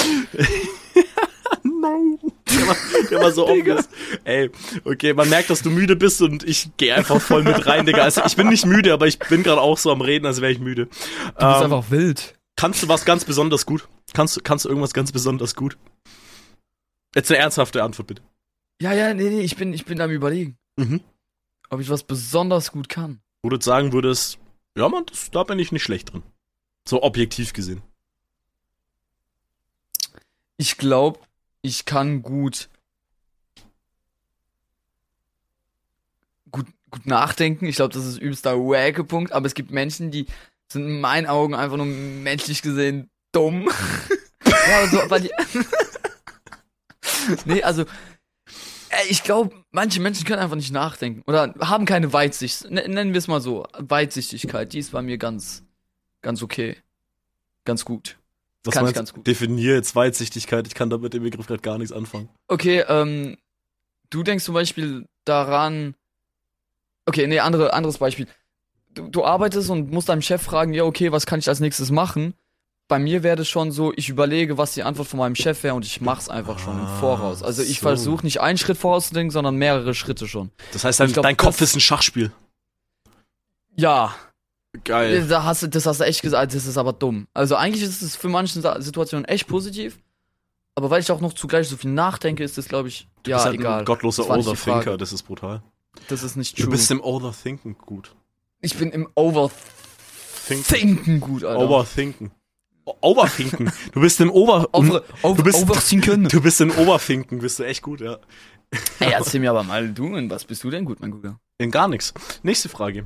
Nein. Der war so obvious. Ey, okay, man merkt, dass du müde bist und ich gehe einfach voll mit rein, Digga. Also ich bin nicht müde, aber ich bin gerade auch so am Reden, als wäre ich müde. Du bist einfach wild. Kannst du was ganz besonders gut? Kannst du irgendwas ganz besonders gut? Jetzt eine ernsthafte Antwort, bitte. Ja, nee, ich bin am Überlegen. Ob ich was besonders gut kann. Wo du sagen würdest, ja Mann, da bin ich nicht schlecht drin. So objektiv gesehen. Ich glaube, ich kann gut nachdenken. Ich glaube, das ist übelster wacke Punkt. Aber es gibt Menschen, die sind in meinen Augen einfach nur menschlich gesehen dumm. Ja, so, aber die... Nee, also... Ich glaube, manche Menschen können einfach nicht nachdenken. Oder haben keine Weitsicht. Nennen wir es mal so. Weitsichtigkeit, die ist bei mir ganz okay. Ganz gut. Was kann meinst, ich ganz gut. Definier jetzt Weitsichtigkeit, ich kann damit mit dem Begriff gerade gar nichts anfangen. Okay, du denkst zum Beispiel daran, okay, nee, anderes Beispiel. Du arbeitest und musst deinem Chef fragen, ja, okay, was kann ich als nächstes machen? Bei mir wäre das schon so, ich überlege, was die Antwort von meinem Chef wäre und ich mach's einfach schon im Voraus. Also ich versuche nicht einen Schritt vorauszudenken, sondern mehrere Schritte schon. Das heißt, dein Kopf ist ein Schachspiel. Ja. Geil. Das hast du echt gesagt, das ist aber dumm. Also eigentlich ist es für manche Situationen echt positiv, aber weil ich auch noch zugleich so viel nachdenke, ist das, glaube ich, ja, du bist halt egal. Ein gottloser Overthinker, das ist brutal. Das ist nicht true. Du bist im Overthinken gut. Ich bin im Overthinken gut, Alter. Overthinken. Du bist im Overthinken. Du bist im Overthinken, bist du echt gut, ja. Ey, erzähl mir aber mal, in was bist du denn gut, mein Guter? In gar nichts. Nächste Frage.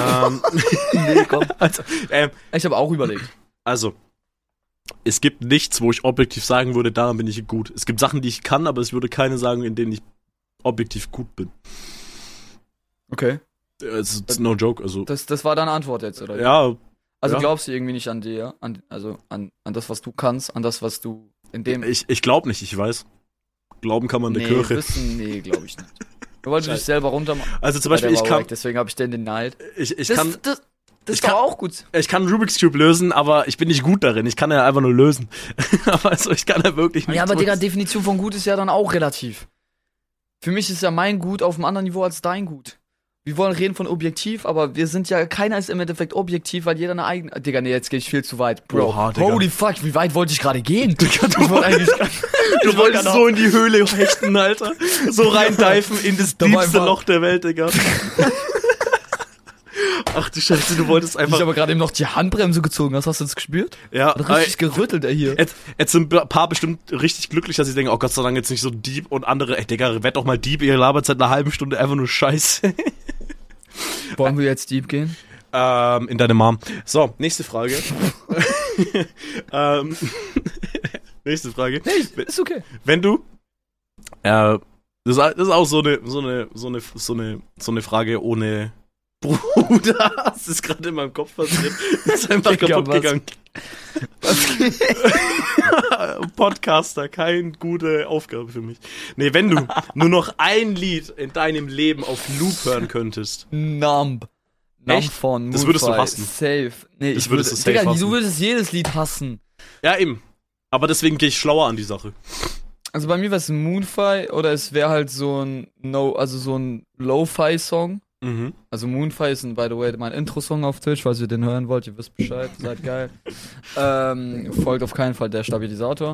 Nee, komm. Also, ich habe auch überlegt. Also, es gibt nichts, wo ich objektiv sagen würde, daran bin ich gut. Es gibt Sachen, die ich kann, aber es würde keine sagen, in denen ich objektiv gut bin. Okay. Es ist no joke, also. Das war deine Antwort jetzt, oder? Ja. Also ja. Glaubst du irgendwie nicht an dir, an das, was du kannst, an das, was du in dem... Ich glaube nicht, ich weiß. Glauben kann man in der Kirche. Nee, glaube ich nicht. Nur weil du dich selber runtermachst. Also zum Beispiel, deswegen habe ich den Neid. Das ist doch auch gut. Ich kann Rubik's Cube lösen, aber ich bin nicht gut darin. Ich kann ja einfach nur lösen. Aber also, ich kann ja wirklich nicht. Ja, aber Digga, Definition von gut ist ja dann auch relativ. Für mich ist ja mein Gut auf einem anderen Niveau als dein Gut. Wir wollen reden von objektiv, aber wir sind ja, keiner ist im Endeffekt objektiv, weil jeder eine eigene... Digga, nee, jetzt gehe ich viel zu weit. Bro, Oha, holy fuck, wie weit wollte ich gerade gehen? Digga, du wolltest so in die Höhle hechten, Alter. So reindeifen in das tiefste Loch der Welt, Digga. Ach du Scheiße, du wolltest einfach... Ich habe gerade eben noch die Handbremse gezogen, hast du das gespürt? Ja. Hat richtig gerüttelt, hier. Jetzt sind ein paar bestimmt richtig glücklich, dass sie denken, oh Gott sei Dank jetzt nicht so Dieb und andere, Digga, werd doch mal Dieb, ihr labert seit einer halben Stunde einfach nur Scheiße. Wollen wir jetzt Dieb gehen? In deine Mom. So, nächste Frage. Nächste Frage. Nee, ist okay. Wenn du, das ist auch so eine Frage ohne Bruder. Das ist gerade in meinem Kopf passiert. Das ist einfach kaputt gegangen. Podcaster, keine gute Aufgabe für mich. Nee, wenn du nur noch ein Lied in deinem Leben auf Loop hören könntest. Numb Echt? von Das würdest du Moonfire. hassen. Safe. Nee, Das ich würdest würde, du safe Digga, hassen. du würdest jedes Lied hassen. Ja, eben. Aber deswegen gehe ich schlauer an die Sache. Also bei mir wäre es ein Moonfire oder es wäre halt so ein Lo-Fi-Song. Mhm. Also Moonfire ist, by the way, mein Intro-Song auf Twitch, falls ihr den hören wollt, ihr wisst Bescheid, seid geil. Folgt auf keinen Fall der Stabilisator.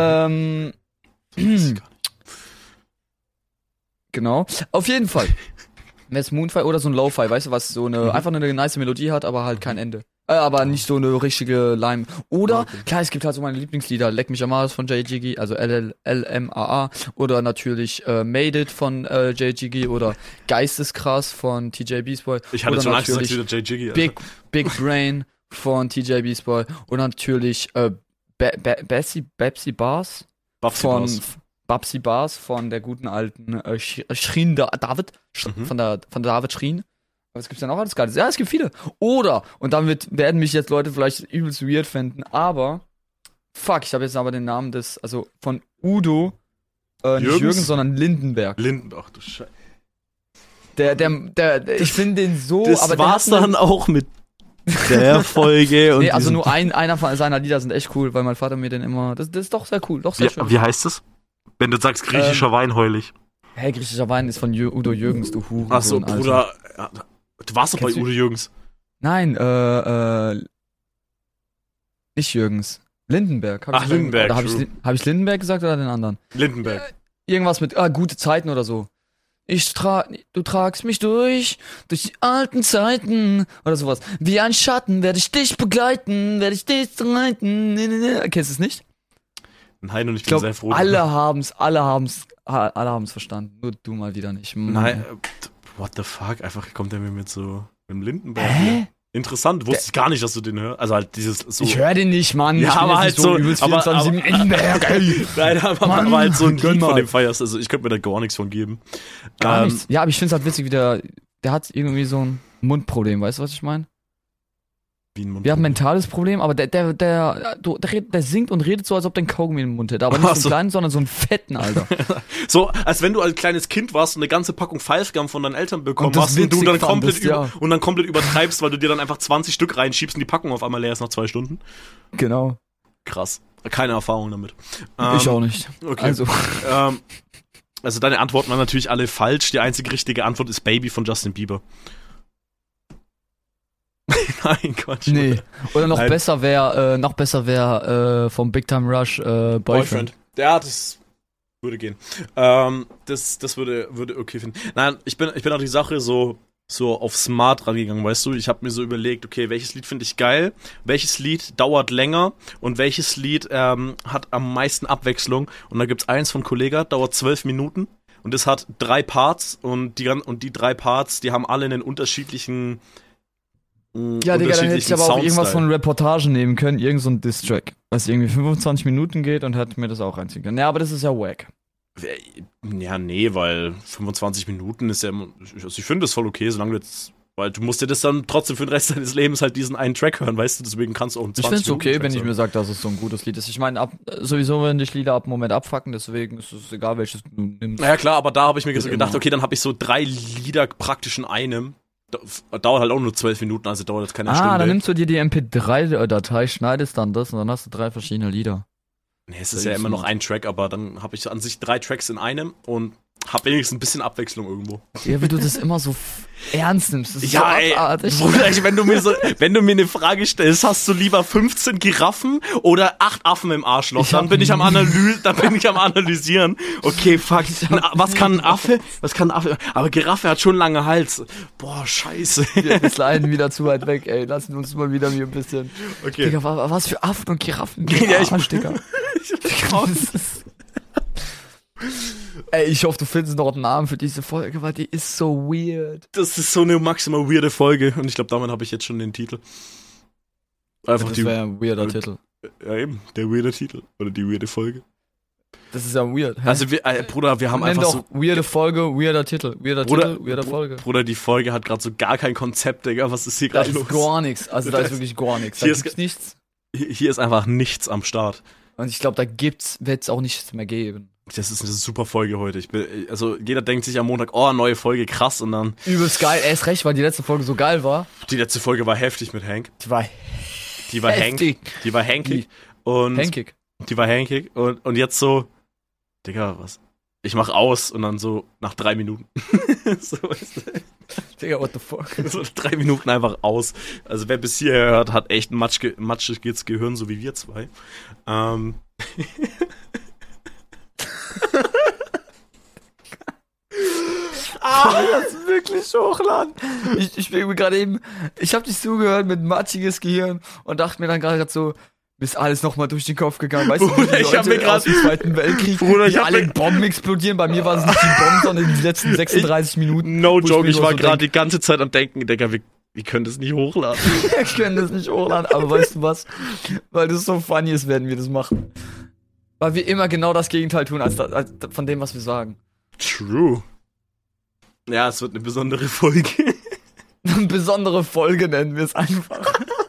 Genau. Auf jeden Fall. Wäre es Moonfire oder so ein Lo-Fi, weißt du, was so eine, einfach eine nice Melodie hat, aber halt kein Ende. Aber nicht so eine richtige Lime. Oder, klar, es gibt halt so meine Lieblingslieder, Leck mich am Arsch von Jay Jiggy, also LMAA. Oder natürlich Made It von Jay Jiggy oder Geisteskrass von TJ Beast Boy. Ich hatte oder schon Angst, dass natürlich wieder Jay Jiggy. Alter. Big Brain von TJ Beast Boy. Und natürlich Babsy Bars Babsy Bars von der guten alten Schrien David. Von David Schrien. Was gibt's denn auch alles Geiles? Ja, es gibt viele. Oder, und damit werden mich jetzt Leute vielleicht übelst weird finden, aber fuck, ich habe jetzt aber den Namen von Udo, nicht Jürgen, sondern Lindenberg. Ach du Scheiße. Ich finde den so, das aber war's dann auch mit der Folge. Und nee, also nur einer von seiner Lieder sind echt cool, weil mein Vater mir den immer, das ist doch sehr cool, doch sehr schön. Wie heißt es? Wenn du sagst griechischer Wein heulig. Hey, griechischer Wein ist von Udo Jürgens, du Hurensohn. Ach so, Bruder. Ja, du warst doch bei Udo Jürgens. Nein, nicht Jürgens. Lindenberg. Lindenberg. Hab ich Lindenberg gesagt oder den anderen? Lindenberg. Irgendwas mit, gute Zeiten oder so. Du tragst mich durch die alten Zeiten oder sowas. Wie ein Schatten werde ich dich begleiten, werde ich dich reiten. Kennst du es nicht? Nein, und ich bin glaub, sehr froh. Alle haben's verstanden. Nur du mal wieder nicht. Nein, what the fuck? Einfach kommt er mir mit so einem Lindenberg. Hä? Interessant, wusste ich gar nicht, dass du den hörst. Also halt dieses so. Ich höre den nicht, Mann. Ja, aber halt so. Aber Lindenberg, ey. Nein, aber halt so ein Lied von dem feierst. Also ich könnte mir da gar nichts von geben. Gar nichts. Ja, aber ich find's halt witzig, wie der hat irgendwie so ein Mundproblem, weißt du, was ich meine? Wir haben ein mentales Problem, aber der singt und redet so, als ob der ein Kaugummi im Mund hätte. Aber nicht so einen kleinen, sondern so einen fetten, Alter. So, als wenn du als kleines Kind warst und eine ganze Packung Five Gum von deinen Eltern bekommen hast und du dann komplett übertreibst, weil du dir dann einfach 20 Stück reinschiebst und die Packung auf einmal leer ist nach 2 Stunden. Genau. Krass. Keine Erfahrung damit. Ich auch nicht. Okay. Also deine Antworten waren natürlich alle falsch. Die einzige richtige Antwort ist Baby von Justin Bieber. Nein, Quatsch. Nee. Oder noch besser wäre vom Big Time Rush Boyfriend. Ja, das würde gehen. Das würde okay finden. Nein, ich bin auch die Sache so auf smart rangegangen, weißt du? Ich habe mir so überlegt, okay, welches Lied finde ich geil, welches Lied dauert länger und welches Lied hat am meisten Abwechslung. Und da gibt's eins von Kollega, dauert 12 Minuten und es hat 3 Parts und die 3 Parts, die haben alle einen unterschiedlichen ja, Digga, dann hätte ich aber auch irgendwas von Reportagen nehmen können, irgend so ein Diss-Track, was irgendwie 25 Minuten geht und hätte mir das auch reinziehen können. Ja, aber das ist ja wack. Ja, nee, weil 25 Minuten ist ja immer, also ich finde das voll okay, solange du jetzt, weil du musst dir das dann trotzdem für den Rest deines Lebens halt diesen einen Track hören, weißt du, deswegen kannst du auch 20 Ich finde es okay, wenn ich mir sage, dass es so ein gutes Lied ist. Ich meine, sowieso, wenn dich Lieder ab dem Moment abfucken, deswegen ist es egal, welches du nimmst. Ja klar, aber da habe ich mir gedacht, okay, dann habe ich so 3 Lieder praktisch in einem. Dauert halt auch nur 12 Minuten, also dauert jetzt keine Stunde. Dann nimmst du dir die MP3-Datei, schneidest dann das und dann hast du 3 verschiedene Lieder. Nee, es ist ja immer noch ein Track, aber dann habe ich an sich 3 Tracks in einem und hab wenigstens ein bisschen Abwechslung irgendwo. Ja, wie du das immer so ernst nimmst. Das ist ja, so abartig. Ey, Bruder, wenn du mir eine Frage stellst, hast du lieber 15 Giraffen oder 8 Affen im Arschloch? Dann bin ich am Analysieren. Okay, fuck. Was kann ein Affe? Aber Giraffe hat schon lange Hals. Boah, scheiße. Wir sliden wieder zu weit weg, ey. Lassen uns mal wieder ein bisschen. Okay. Digga, was für Affen und Giraffen? Ja, Digga. Ey, ich hoffe, du findest noch einen Namen für diese Folge, weil die ist so weird. Das ist so eine maximal weirde Folge und ich glaube, damit habe ich jetzt schon den Titel. Einfach Das wäre ein weirder Titel. Ja, eben, der weirde Titel. Oder die weirde Folge. Das ist ja weird. Hä? Also, Bruder, wir haben Nenn einfach doch so. weirde Folge, weirder Titel. Weirder Titel, weirder Folge. Bruder, die Folge hat gerade so gar kein Konzept, Digga. Was ist hier Da gerade los? ist gar nichts. Also da ist wirklich gar nichts. Da Hier ist gibt's nichts. Hier ist einfach nichts am Start. Und ich glaube, wird es auch nichts mehr geben. Das ist eine super Folge heute. Also, jeder denkt sich am Montag, oh, neue Folge, krass. Und dann. Übelst geil. Er ist recht, weil die letzte Folge so geil war. Die letzte Folge war heftig mit Hank. Die war Die war heftig. Die war hankig. Und Pancake. die war hankig. Und jetzt so, Digga, was? Ich mach aus und dann so nach 3 Minuten. So, weißt du? Digga, what the fuck? So 3 Minuten einfach aus. Also wer bis hierher hört, hat echt ein matschiges Gehirn, so wie wir zwei. Das ist wirklich hochladen. Ich bin mir gerade eben, ich habe dich zugehört mit matschiges Gehirn und dachte mir dann gerade so, mir ist alles nochmal durch den Kopf gegangen. Weißt Bruder, du, wie die ich hab Leute mir grad- aus dem Zweiten Weltkrieg, Bruder, ich die hab alle mir- Bomben explodieren. Bei mir war es nicht die Bomben, sondern die letzten 36 Minuten. No wo joke, mir ich nur war so gerade denk, die ganze Zeit am Denken, Digga, wir können das nicht hochladen. wir können das nicht hochladen, aber weißt du was? Weil das so funny ist, werden wir das machen. Weil wir immer genau das Gegenteil tun, als von dem, was wir sagen. True. Ja, es wird eine besondere Folge. Eine besondere Folge nennen wir es einfach.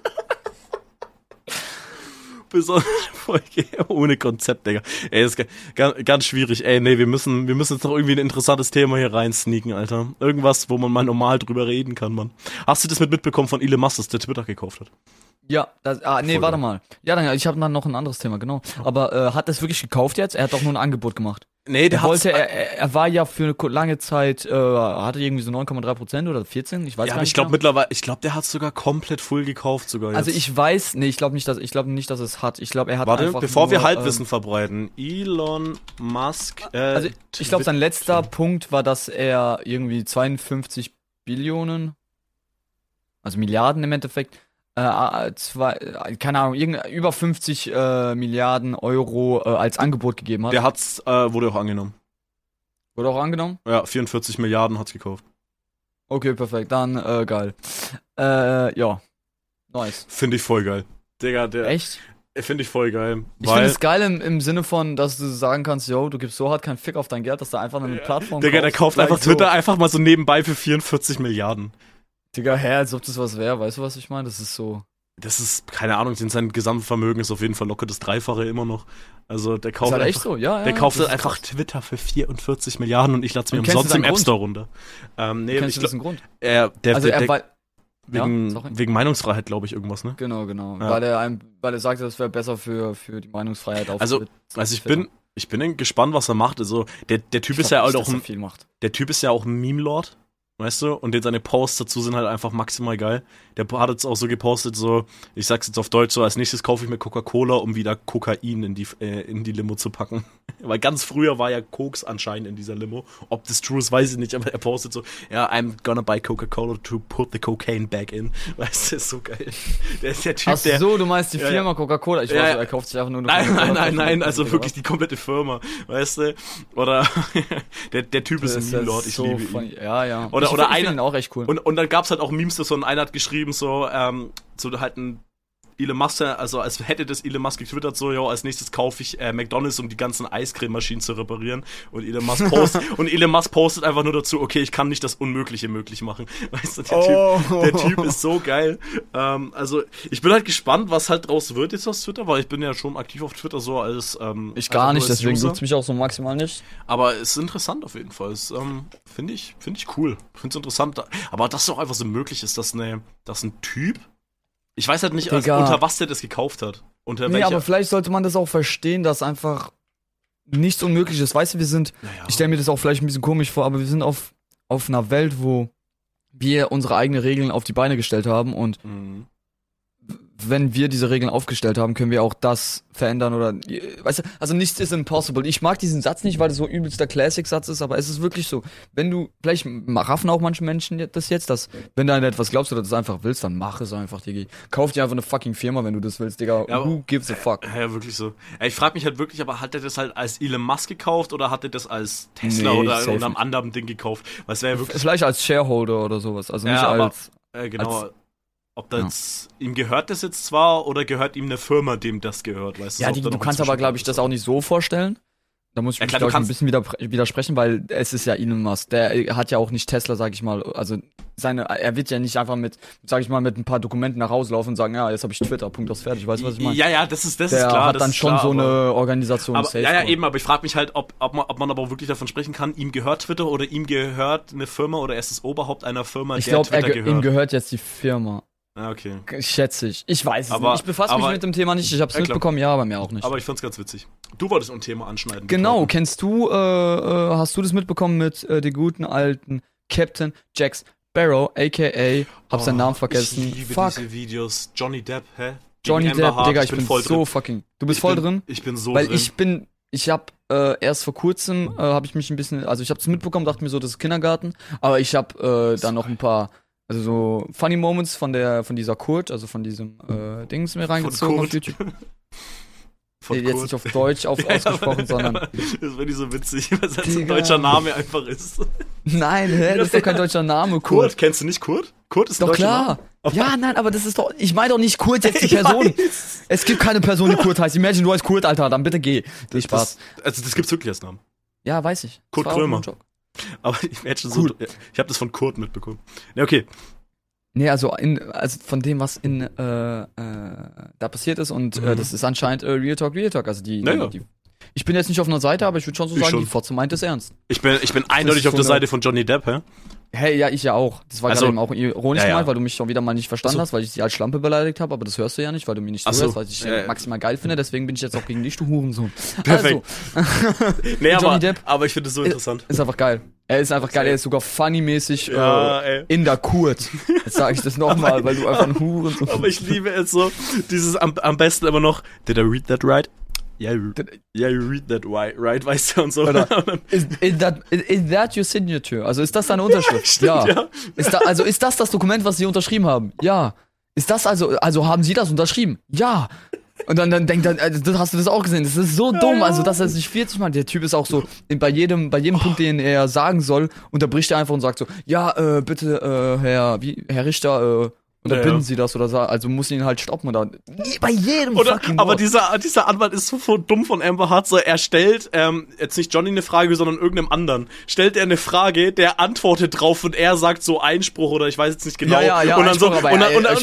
Besondere Folge ohne Konzept, Digga. Ey, das ist ganz schwierig. Ey, nee, wir müssen jetzt noch irgendwie ein interessantes Thema hier reinsneaken, Alter. Irgendwas, wo man mal normal drüber reden kann, Mann. Hast du das mitbekommen von Elon Musk, dass der Twitter gekauft hat? Ja, nee, Voll warte geil. mal. Ja, dann, ich habe dann noch ein anderes Thema, genau. Aber hat das wirklich gekauft jetzt? Er hat doch nur ein Angebot gemacht. Nee, Er war ja für eine lange Zeit, hatte irgendwie so 9,3% oder 14, ich weiß ja, gar aber nicht. ich glaube genau. mittlerweile, der hat sogar komplett full gekauft sogar jetzt. Also ich glaube nicht, dass es hat. Ich glaube, er hat Warte, einfach bevor nur, wir Halbwissen verbreiten. Elon Musk, Also ich glaube, sein letzter Punkt war, dass er irgendwie 52 Billionen, also Milliarden im Endeffekt, keine Ahnung, über 50 Milliarden Euro als Angebot gegeben hat. Der hat's, wurde auch angenommen. Wurde auch angenommen? Ja, 44 Milliarden hat's gekauft. Okay, perfekt, dann geil. Ja, nice. Finde ich voll geil. Digga, Echt? Finde ich voll geil. Ich finde es geil im Sinne von, dass du sagen kannst, yo, du gibst so hart keinen Fick auf dein Geld, dass du einfach eine Plattform Digga, der kauft Like einfach Twitter einfach mal so nebenbei für 44 Milliarden. Digga, als ob das was wäre, weißt du, was ich meine? Das ist so. Das ist, keine Ahnung, sein Gesamtvermögen ist auf jeden Fall locker das Dreifache immer noch. Also der kauft Ist halt einfach, echt so, ja. der kauft das halt ist einfach krass. Twitter für 44 Milliarden und ich lade es mir Und kennst du umsonst im seinen App Store runter. Nee, Kennst ich du das glaube, einen Grund? Also er war. sorry. wegen Meinungsfreiheit, glaube ich, irgendwas, ne? Genau. Ja. Weil er sagte, das wäre besser für die Meinungsfreiheit auf Also ich bin gespannt, was er macht. Also der Typ ist ja halt auch viel macht. der Typ ist ja auch ein Meme-Lord, weißt du? Und seine Posts dazu sind halt einfach maximal geil. Der hat jetzt auch so gepostet, so, ich sag's jetzt auf Deutsch, so als nächstes kaufe ich mir Coca-Cola, um wieder Kokain in die Limo zu packen. Weil ganz früher war ja Koks anscheinend in dieser Limo. Ob das true ist, weiß ich nicht, aber er postet so, ja, I'm gonna buy Coca-Cola to put the cocaine back in. Weißt du, ist so geil. Der ist der Typ, Ach so, du meinst die Ja, Firma Coca-Cola. Ich Ja, weiß, ja. er kauft sich einfach nur eine Nein, also wirklich die komplette Firma, weißt du? Oder der Typ ist ein Meme-Lord, ich liebe ihn. Ja. Oder ich einer- finde ihn auch echt cool. Und dann gab's halt auch Memes, dass so einer hat geschrieben, so halt ein Elon Musk, also als hätte das Elon Musk getwittert, so, ja, als nächstes kaufe ich McDonalds, um die ganzen Eiscrememaschinen zu reparieren. Und Elon Musk postet einfach nur dazu, okay, ich kann nicht das Unmögliche möglich machen. Weißt du, der Typ ist so geil. Also, ich bin halt gespannt, was halt draus wird jetzt aus Twitter, weil ich bin ja schon aktiv auf Twitter so als Ich gar einfach nicht, nur als deswegen User. juckt's mich auch so maximal nicht. Aber es ist interessant auf jeden Fall. Es finde ich cool. Finde es interessant. Aber dass es auch einfach so möglich ist, dass ein Typ, ich weiß halt nicht, Digga. unter was der das gekauft hat. Unter Nee, welcher. aber vielleicht sollte man das auch verstehen, dass einfach nichts unmöglich ist. Weißt du, Naja. ich stelle mir das auch vielleicht ein bisschen komisch vor, aber wir sind auf einer Welt, wo wir unsere eigenen Regeln auf die Beine gestellt haben und Mhm. wenn wir diese Regeln aufgestellt haben, können wir auch das verändern oder, weißt du, also nichts ist impossible. Ich mag diesen Satz nicht, weil das so übelster Classic-Satz ist, aber es ist wirklich so, wenn du, vielleicht raffen auch manche Menschen das jetzt, dass, wenn du an etwas glaubst oder das einfach willst, dann mach es einfach, Digga. Kauf dir einfach eine fucking Firma, wenn du das willst, Digga. Ja, Who gives a fuck? Ja, wirklich so. Ich frage mich halt wirklich, aber hat er das halt als Elon Musk gekauft oder hat er das als Tesla Nee, oder safe einem anderen Ding gekauft? Weil es wäre ja wirklich... Vielleicht als Shareholder oder sowas, also nicht als... genau. Ob das ihm gehört das jetzt zwar oder gehört ihm eine Firma, dem das gehört, weißt du? Ja, du kannst aber, glaube ich, das auch nicht so vorstellen. Da muss ich mich, glaube ich, ein bisschen widersprechen, weil es ist ja Elon Musk. Der hat ja auch nicht Tesla, sag ich mal, also er wird ja nicht einfach mit, sag ich mal, mit ein paar Dokumenten nach Hause laufen und sagen, ja, jetzt habe ich Twitter, Punkt aus fertig, weißt du, was ich meine? Ja, das ist klar. Der hat dann schon klar, so eine Organisation. Aber, ja, eben, aber ich frage mich halt, ob man aber auch wirklich davon sprechen kann, ihm gehört Twitter oder ihm gehört eine Firma oder er ist das Oberhaupt einer Firma, ich der glaube, Twitter gehört. ihm gehört jetzt die Firma. Ah, okay. Schätze ich. Ich weiß es nicht. Ich befasse mich mit dem Thema nicht. Ich habe es mitbekommen, ja, aber mir auch nicht. Aber ich fand's ganz witzig. Du wolltest ein Thema anschneiden. Genau, kennst du, hast du das mitbekommen mit dem guten alten Captain Jack Sparrow, a.k.a. Hab seinen Namen vergessen. Ich liebe diese Videos. Johnny Depp, hä? Johnny Depp, Digga, ich bin voll so drin. fucking... Du bist voll drin? Ich bin so weil drin. Ich hab erst vor kurzem, habe ich mich ein bisschen... Also ich habe das mitbekommen, dachte mir so, das ist Kindergarten. Aber ich habe dann noch ein paar... Also so Funny Moments von dieser Kurt, also von diesem Dings mir reingezogen auf YouTube. Jetzt nicht auf Deutsch ausgesprochen, sondern... Das wäre nicht so witzig, weil es ein deutscher Name einfach ist. Nein, das ist doch kein deutscher Name, Kurt. Kennst du nicht Kurt? Kurt ist ein doch deutscher klar. Name. Ja, nein, aber das ist doch... Ich meine doch nicht Kurt jetzt die Person. Es gibt keine Person, die Kurt heißt. Imagine, du heißt Kurt, Alter, dann bitte geh. Nee, Spaß. Das gibt's wirklich als Namen. Ja, weiß ich. Kurt Krömer. Aber ich imagine so... Ich habe das von Kurt mitbekommen. Ja, okay. Nee, also von dem, was da passiert ist und das ist anscheinend Real Talk. Also die ich bin jetzt nicht auf einer Seite, aber ich würde schon so sagen, die Fotze meint es ernst. Ich bin eindeutig auf der Seite von Johnny Depp, hä? Hey, ja, ich ja auch. Das war gerade eben auch ironisch gemeint, ja. weil du mich schon wieder mal nicht verstanden hast, weil ich dich als Schlampe beleidigt habe, aber das hörst du ja nicht, weil du mir nicht zuhörst, weil ich maximal geil finde, deswegen bin ich jetzt auch gegen dich, du Hurensohn. Perfekt. Also, nee, Johnny Depp aber ich finde es so interessant. Ist einfach geil. Er ist einfach geil, er ist sogar funny-mäßig in der Kurt. Jetzt sage ich das nochmal, weil du einfach ein Hurensohn bist. Aber ich liebe es so, dieses am besten immer noch, did I read that right? Yeah, you read that right, weißt du, und so. Is that your signature? Also ist das deine Unterschrift? Stimmt, ja. Ist das Dokument, was Sie unterschrieben haben? Ja. Ist das also haben Sie das unterschrieben? Ja. Und dann denkt er, hast du das auch gesehen? Das ist so dumm, also dass er sich 40 Mal, der Typ ist auch so, bei jedem Punkt, den er sagen soll, unterbricht er einfach und sagt so, ja, bitte, Herr Richter, unterbinden Sie das oder so, also muss ihn halt stoppen oder bei jedem fucking aber dieser Anwalt ist so dumm von Amber Hart, so er stellt jetzt nicht Johnny eine Frage, sondern irgendeinem anderen. Stellt er eine Frage, der antwortet drauf und er sagt so Einspruch oder ich weiß jetzt nicht genau. Ja, und dann so und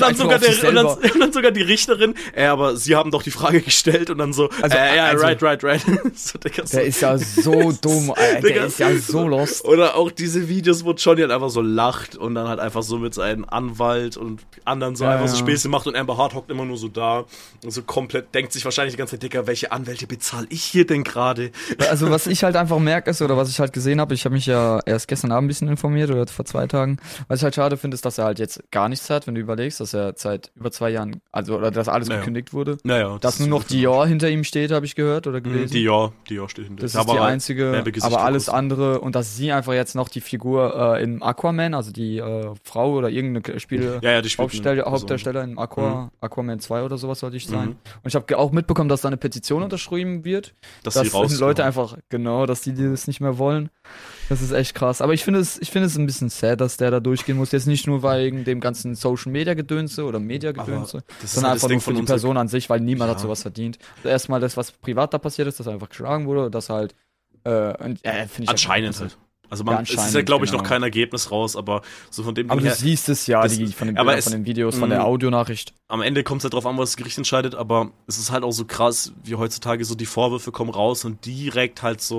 dann sogar die Richterin, aber Sie haben doch die Frage gestellt und dann so right. So, Digga, so. Der ist ja so dumm, Alter. Der ist ja so lost. Oder auch diese Videos, wo Johnny halt einfach so lacht und dann halt einfach so mit seinem Anwalt und anderen so einfach so Späße macht und Amber Hart hockt immer nur so da und so komplett denkt sich wahrscheinlich die ganze Zeit, Dicker, welche Anwälte bezahle ich hier denn gerade? Also was ich halt einfach merke ist, oder was ich halt gesehen habe, ich habe mich ja erst gestern Abend ein bisschen informiert oder vor 2 Tagen, was ich halt schade finde, ist, dass er halt jetzt gar nichts hat, wenn du überlegst, dass er seit über 2 Jahren, also oder dass alles gekündigt wurde. Dass nur noch Dior hinter ihm steht, habe ich gehört oder gelesen. Dior steht hinter ihm. Das ist die einzige, aber alles andere und dass sie einfach jetzt noch die Figur in Aquaman, also die Frau oder irgendeine Hauptdarsteller in Aquaman 2 oder sowas sollte ich sein. Und ich habe auch mitbekommen, dass da eine Petition unterschrieben wird, dass Leute einfach, dass die das nicht mehr wollen. Das ist echt krass. Aber ich finde es ein bisschen sad, dass der da durchgehen muss. Jetzt nicht nur wegen dem ganzen Social-Media-Gedönse oder Media-Gedönse, sondern einfach nur für die Person an sich, weil niemand hat sowas verdient. Also erstmal das, was privat da passiert ist, dass er einfach geschlagen wurde, dass halt finde ich anscheinend halt. Also es ist ja, glaube ich, noch kein Ergebnis raus, aber so von dem Ding her... Aber du siehst es ja, von den Bildern, von den Videos, von der Audionachricht. Am Ende kommt es halt drauf an, was das Gericht entscheidet, aber es ist halt auch so krass, wie heutzutage so die Vorwürfe kommen raus und direkt halt so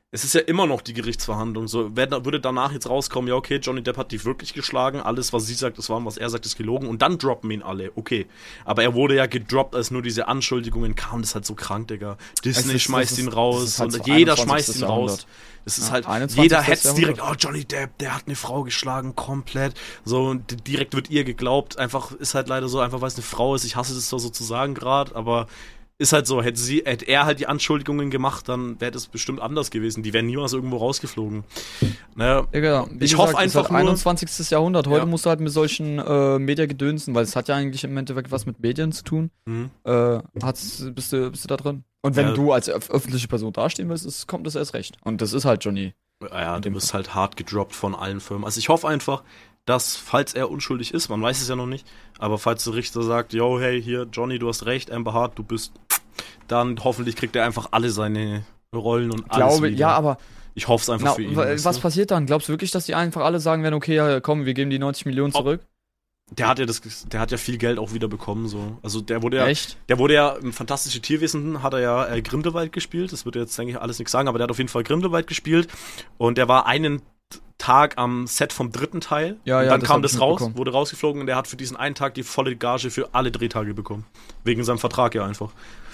es ist ja immer noch die Gerichtsverhandlung. So, würde danach jetzt rauskommen, ja, okay, Johnny Depp hat die wirklich geschlagen, alles, was sie sagt, ist wahr, was er sagt, ist gelogen, und dann droppen ihn alle, okay. Aber er wurde ja gedroppt, als nur diese Anschuldigungen kamen, das ist halt so krank, Digga. Disney schmeißt ihn raus, halt und so jeder schmeißt ihn Jahrhundert. raus. Es ist halt, 21. jeder hetzt Jahrhundert. direkt, oh, Johnny Depp, der hat eine Frau geschlagen, komplett. So, und direkt wird ihr geglaubt, einfach, ist halt leider so, einfach weil es eine Frau ist, ich hasse das zwar so zu sagen gerade, aber ist halt so, hätte er halt die Anschuldigungen gemacht, dann wäre das bestimmt anders gewesen. Die wären niemals irgendwo rausgeflogen. Naja, Ja, ich hoffe einfach das ist nur... halt 21. Jahrhundert. Heute Ja. musst du halt mit solchen Mediagedönsen, weil es hat ja eigentlich im Endeffekt was mit Medien zu tun. Mhm. Bist du da drin? Und wenn Ja. du als öffentliche Person dastehen willst, kommt das erst recht. Und das ist halt Johnny. Ja, du bist halt hart gedroppt von allen Firmen. Also ich hoffe einfach, dass, falls er unschuldig ist, man weiß es ja noch nicht, aber falls der Richter sagt, yo, hey, hier, Johnny, du hast recht, Amber Hart, du bist, dann hoffentlich kriegt er einfach alle seine Rollen und alles wieder. Ja, aber Ich hoffe es einfach für ihn. was passiert dann? Glaubst du wirklich, dass die einfach alle sagen werden, okay, ja, komm, wir geben die 90 Millionen zurück? Der hat ja viel Geld auch wieder bekommen, so. Also der wurde Echt? ja im Fantastische Tierwesen, hat er ja Grindelwald gespielt. Das würde jetzt, denke ich, alles nichts sagen, aber der hat auf jeden Fall Grindelwald gespielt. Und der war einen Tag am Set vom 3. Teil. Ja, und ja, dann das kam hab ich das raus, mitbekommen. wurde rausgeflogen, und der hat für diesen einen Tag die volle Gage für alle Drehtage bekommen. Wegen seinem Vertrag ja einfach.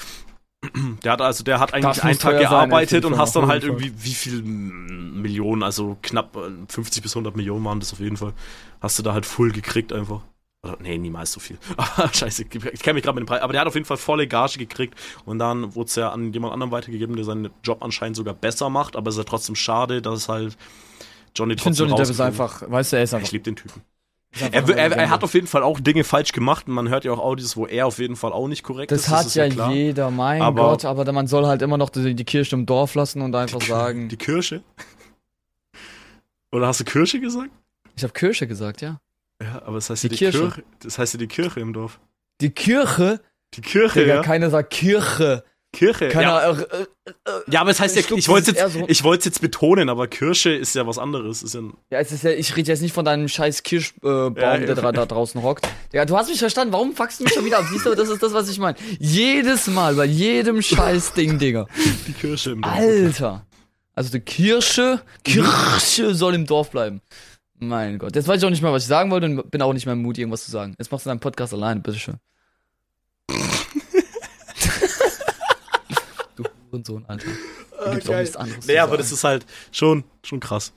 Der hat eigentlich Das einen muss Tag teuer sein, gearbeitet auf jeden und hast Fall, dann auf halt jeden Fall. irgendwie, wie viel Millionen, also knapp 50 bis 100 Millionen waren das auf jeden Fall. Hast du da halt full gekriegt einfach. Oder, nee, niemals so viel. Aber scheiße, ich kenne mich gerade mit dem Preis. Aber der hat auf jeden Fall volle Gage gekriegt, und dann wurde es ja an jemand anderem weitergegeben, der seinen Job anscheinend sogar besser macht, aber es ist ja trotzdem schade, dass halt Johnny Ich finde, trotzdem Johnny Depp ist rausgeflogen einfach, weißt du, er ist einfach. Ich liebe den Typen. ist einfach Er hat auf jeden Fall auch Dinge falsch gemacht, und man hört ja auch Audios, wo er auf jeden Fall auch nicht korrekt Das ist. hat ist ja klar. jeder, mein Aber- Gott, aber man soll halt immer noch die Kirche im Dorf lassen und einfach sagen. Die Kirsche? Oder hast du Kirsche gesagt? Ich habe Kirche gesagt, ja. Ja, aber das heißt ja Die die Kirche. Kirche. Das heißt ja die Kirche im Dorf. Die Kirche? Die Kirche, Digga, ja. keiner sagt Kirche. Kirche. Keiner, Ja, aber es heißt ja, Schluck, ich wollte das ist eher so- ich wollte es jetzt betonen, aber Kirche ist ja was anderes. Ist ja ja, es ist ja, ich rede jetzt nicht von deinem scheiß Kirschbaum, Ja, der da draußen hockt. Digga, du hast mich verstanden, warum fuckst du mich schon wieder ab? Siehst du, das ist das, was ich meine. Jedes Mal, bei jedem scheiß Ding, Digga. die Kirche im Dorf. Alter. Also die Kirche soll im Dorf bleiben. Mein Gott. Jetzt weiß ich auch nicht mehr, was ich sagen wollte, und bin auch nicht mehr im Mut, irgendwas zu sagen. Jetzt machst du deinen Podcast alleine, bitteschön. Du Hurensohn, Alter. Da gibt's auch nichts anderes Nee, zu aber sagen. das ist halt schon krass.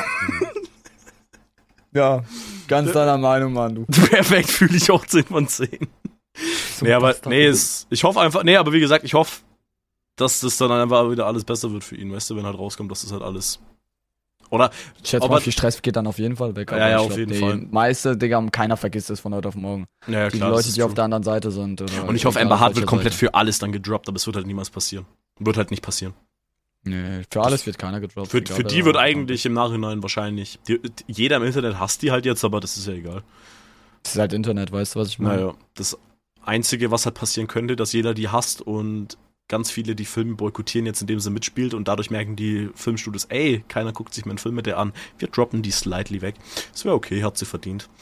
Ja, ganz deiner Meinung, Mann, du. Perfekt, fühle ich auch 10 von 10. Nee, aber, ich hoffe einfach, aber wie gesagt, ich hoffe, dass das dann einfach wieder alles besser wird für ihn, weißt du, wenn halt rauskommt, dass das halt alles, oder? Ich schätze aber- mal, viel Stress geht dann auf jeden Fall weg. Ja, ja, ich auf glaub, jeden die Fall. meiste, Digga, keiner vergisst es von heute auf morgen. Ja, Die klar, Leute, das ist die auf true. der anderen Seite sind. Oder Und ich hoffe, egal Amber auf Hart wird welcher komplett Seite. für alles dann gedroppt, aber es wird halt niemals passieren. Wird halt nicht passieren. Nee, für alles wird keiner gedroppt. Für egal, die wer wird da eigentlich im Nachhinein wahrscheinlich, jeder im Internet hasst die halt jetzt, aber das ist ja egal. Das ist halt Internet, weißt du, was ich meine? Naja, das Einzige, was halt passieren könnte, dass jeder die hasst und ganz viele die Filme boykottieren jetzt, indem sie mitspielt, und dadurch merken die Filmstudios, ey, keiner guckt sich meinen Film mit der an, wir droppen die slightly weg. Das wäre okay, hat sie verdient.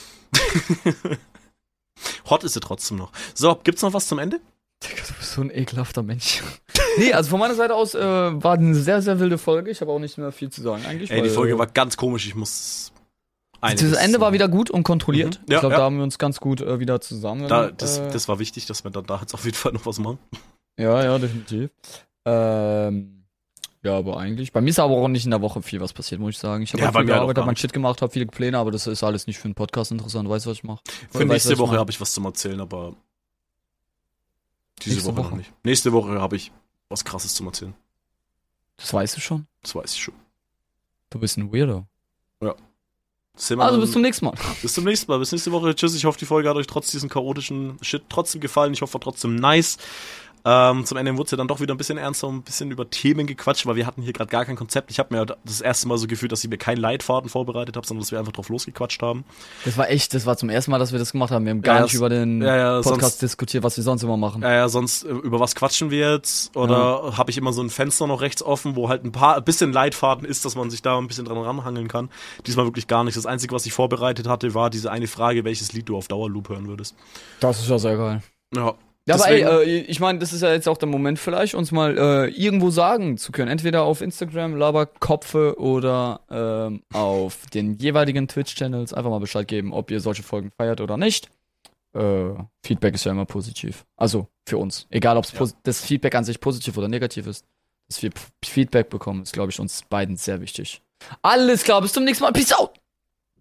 Hot ist sie trotzdem noch. So, gibt's noch was zum Ende? Digga, du bist so ein ekelhafter Mensch. Nee, also von meiner Seite aus war eine sehr, sehr wilde Folge. Ich habe auch nicht mehr viel zu sagen eigentlich. Ey, die weil, Folge war ganz komisch, ich muss Das einiges Ende war sagen. wieder gut und kontrolliert. Mhm. Ja, ich glaube, ja. da haben wir uns ganz gut wieder zusammen. Das war wichtig, dass wir dann da jetzt auf jeden Fall noch was machen. Ja, definitiv. Ja, aber eigentlich. Bei mir ist aber auch nicht in der Woche viel was passiert, muss ich sagen. Ich habe Ja, halt bei viel mir halt auch gearbeitet, gar habe mein nicht. Shit gemacht, habe viele Pläne, aber das ist alles nicht für einen Podcast interessant. Weißt du, was ich mache? Für nächste Woche habe ich was zum Erzählen, aber diese Nächste Woche noch Woche? nicht. Nächste Woche habe ich was Krasses zum Erzählen. Das weißt du schon. Das weiß ich schon. Du bist ein Weirdo. Sehen wir Also dann- bis zum nächsten Mal. Bis zum nächsten Mal. Bis nächste Woche. Tschüss. Ich hoffe, die Folge hat euch trotz diesen chaotischen Shit trotzdem gefallen. Ich hoffe, war trotzdem nice. Zum Ende wurde es ja dann doch wieder ein bisschen ernster und ein bisschen über Themen gequatscht, weil wir hatten hier gerade gar kein Konzept. Ich habe mir das erste Mal so gefühlt, dass ich mir keinen Leitfaden vorbereitet habe, sondern dass wir einfach drauf losgequatscht haben. Das war zum ersten Mal, dass wir das gemacht haben. Wir haben Ja, gar nicht das- über den ja, Podcast sonst- diskutiert, was wir sonst immer machen. Sonst über was quatschen wir jetzt? Oder habe ich immer so ein Fenster noch rechts offen, wo halt ein bisschen Leitfaden ist, dass man sich da ein bisschen dran ranhangeln kann. Diesmal wirklich gar nicht. Das Einzige, was ich vorbereitet hatte, war diese eine Frage, welches Lied du auf Dauerloop hören würdest. Das ist ja sehr geil. Ja, Ja, aber Deswegen- ich meine, das ist ja jetzt auch der Moment vielleicht, uns mal irgendwo sagen zu können. Entweder auf Instagram, Laberkopfe oder auf den jeweiligen Twitch-Channels einfach mal Bescheid geben, ob ihr solche Folgen feiert oder nicht. Feedback ist ja immer positiv. Also für uns. Egal, ob das Feedback an sich positiv oder negativ ist. Dass wir Feedback bekommen, ist, glaube ich, uns beiden sehr wichtig. Alles klar, bis zum nächsten Mal. Peace out!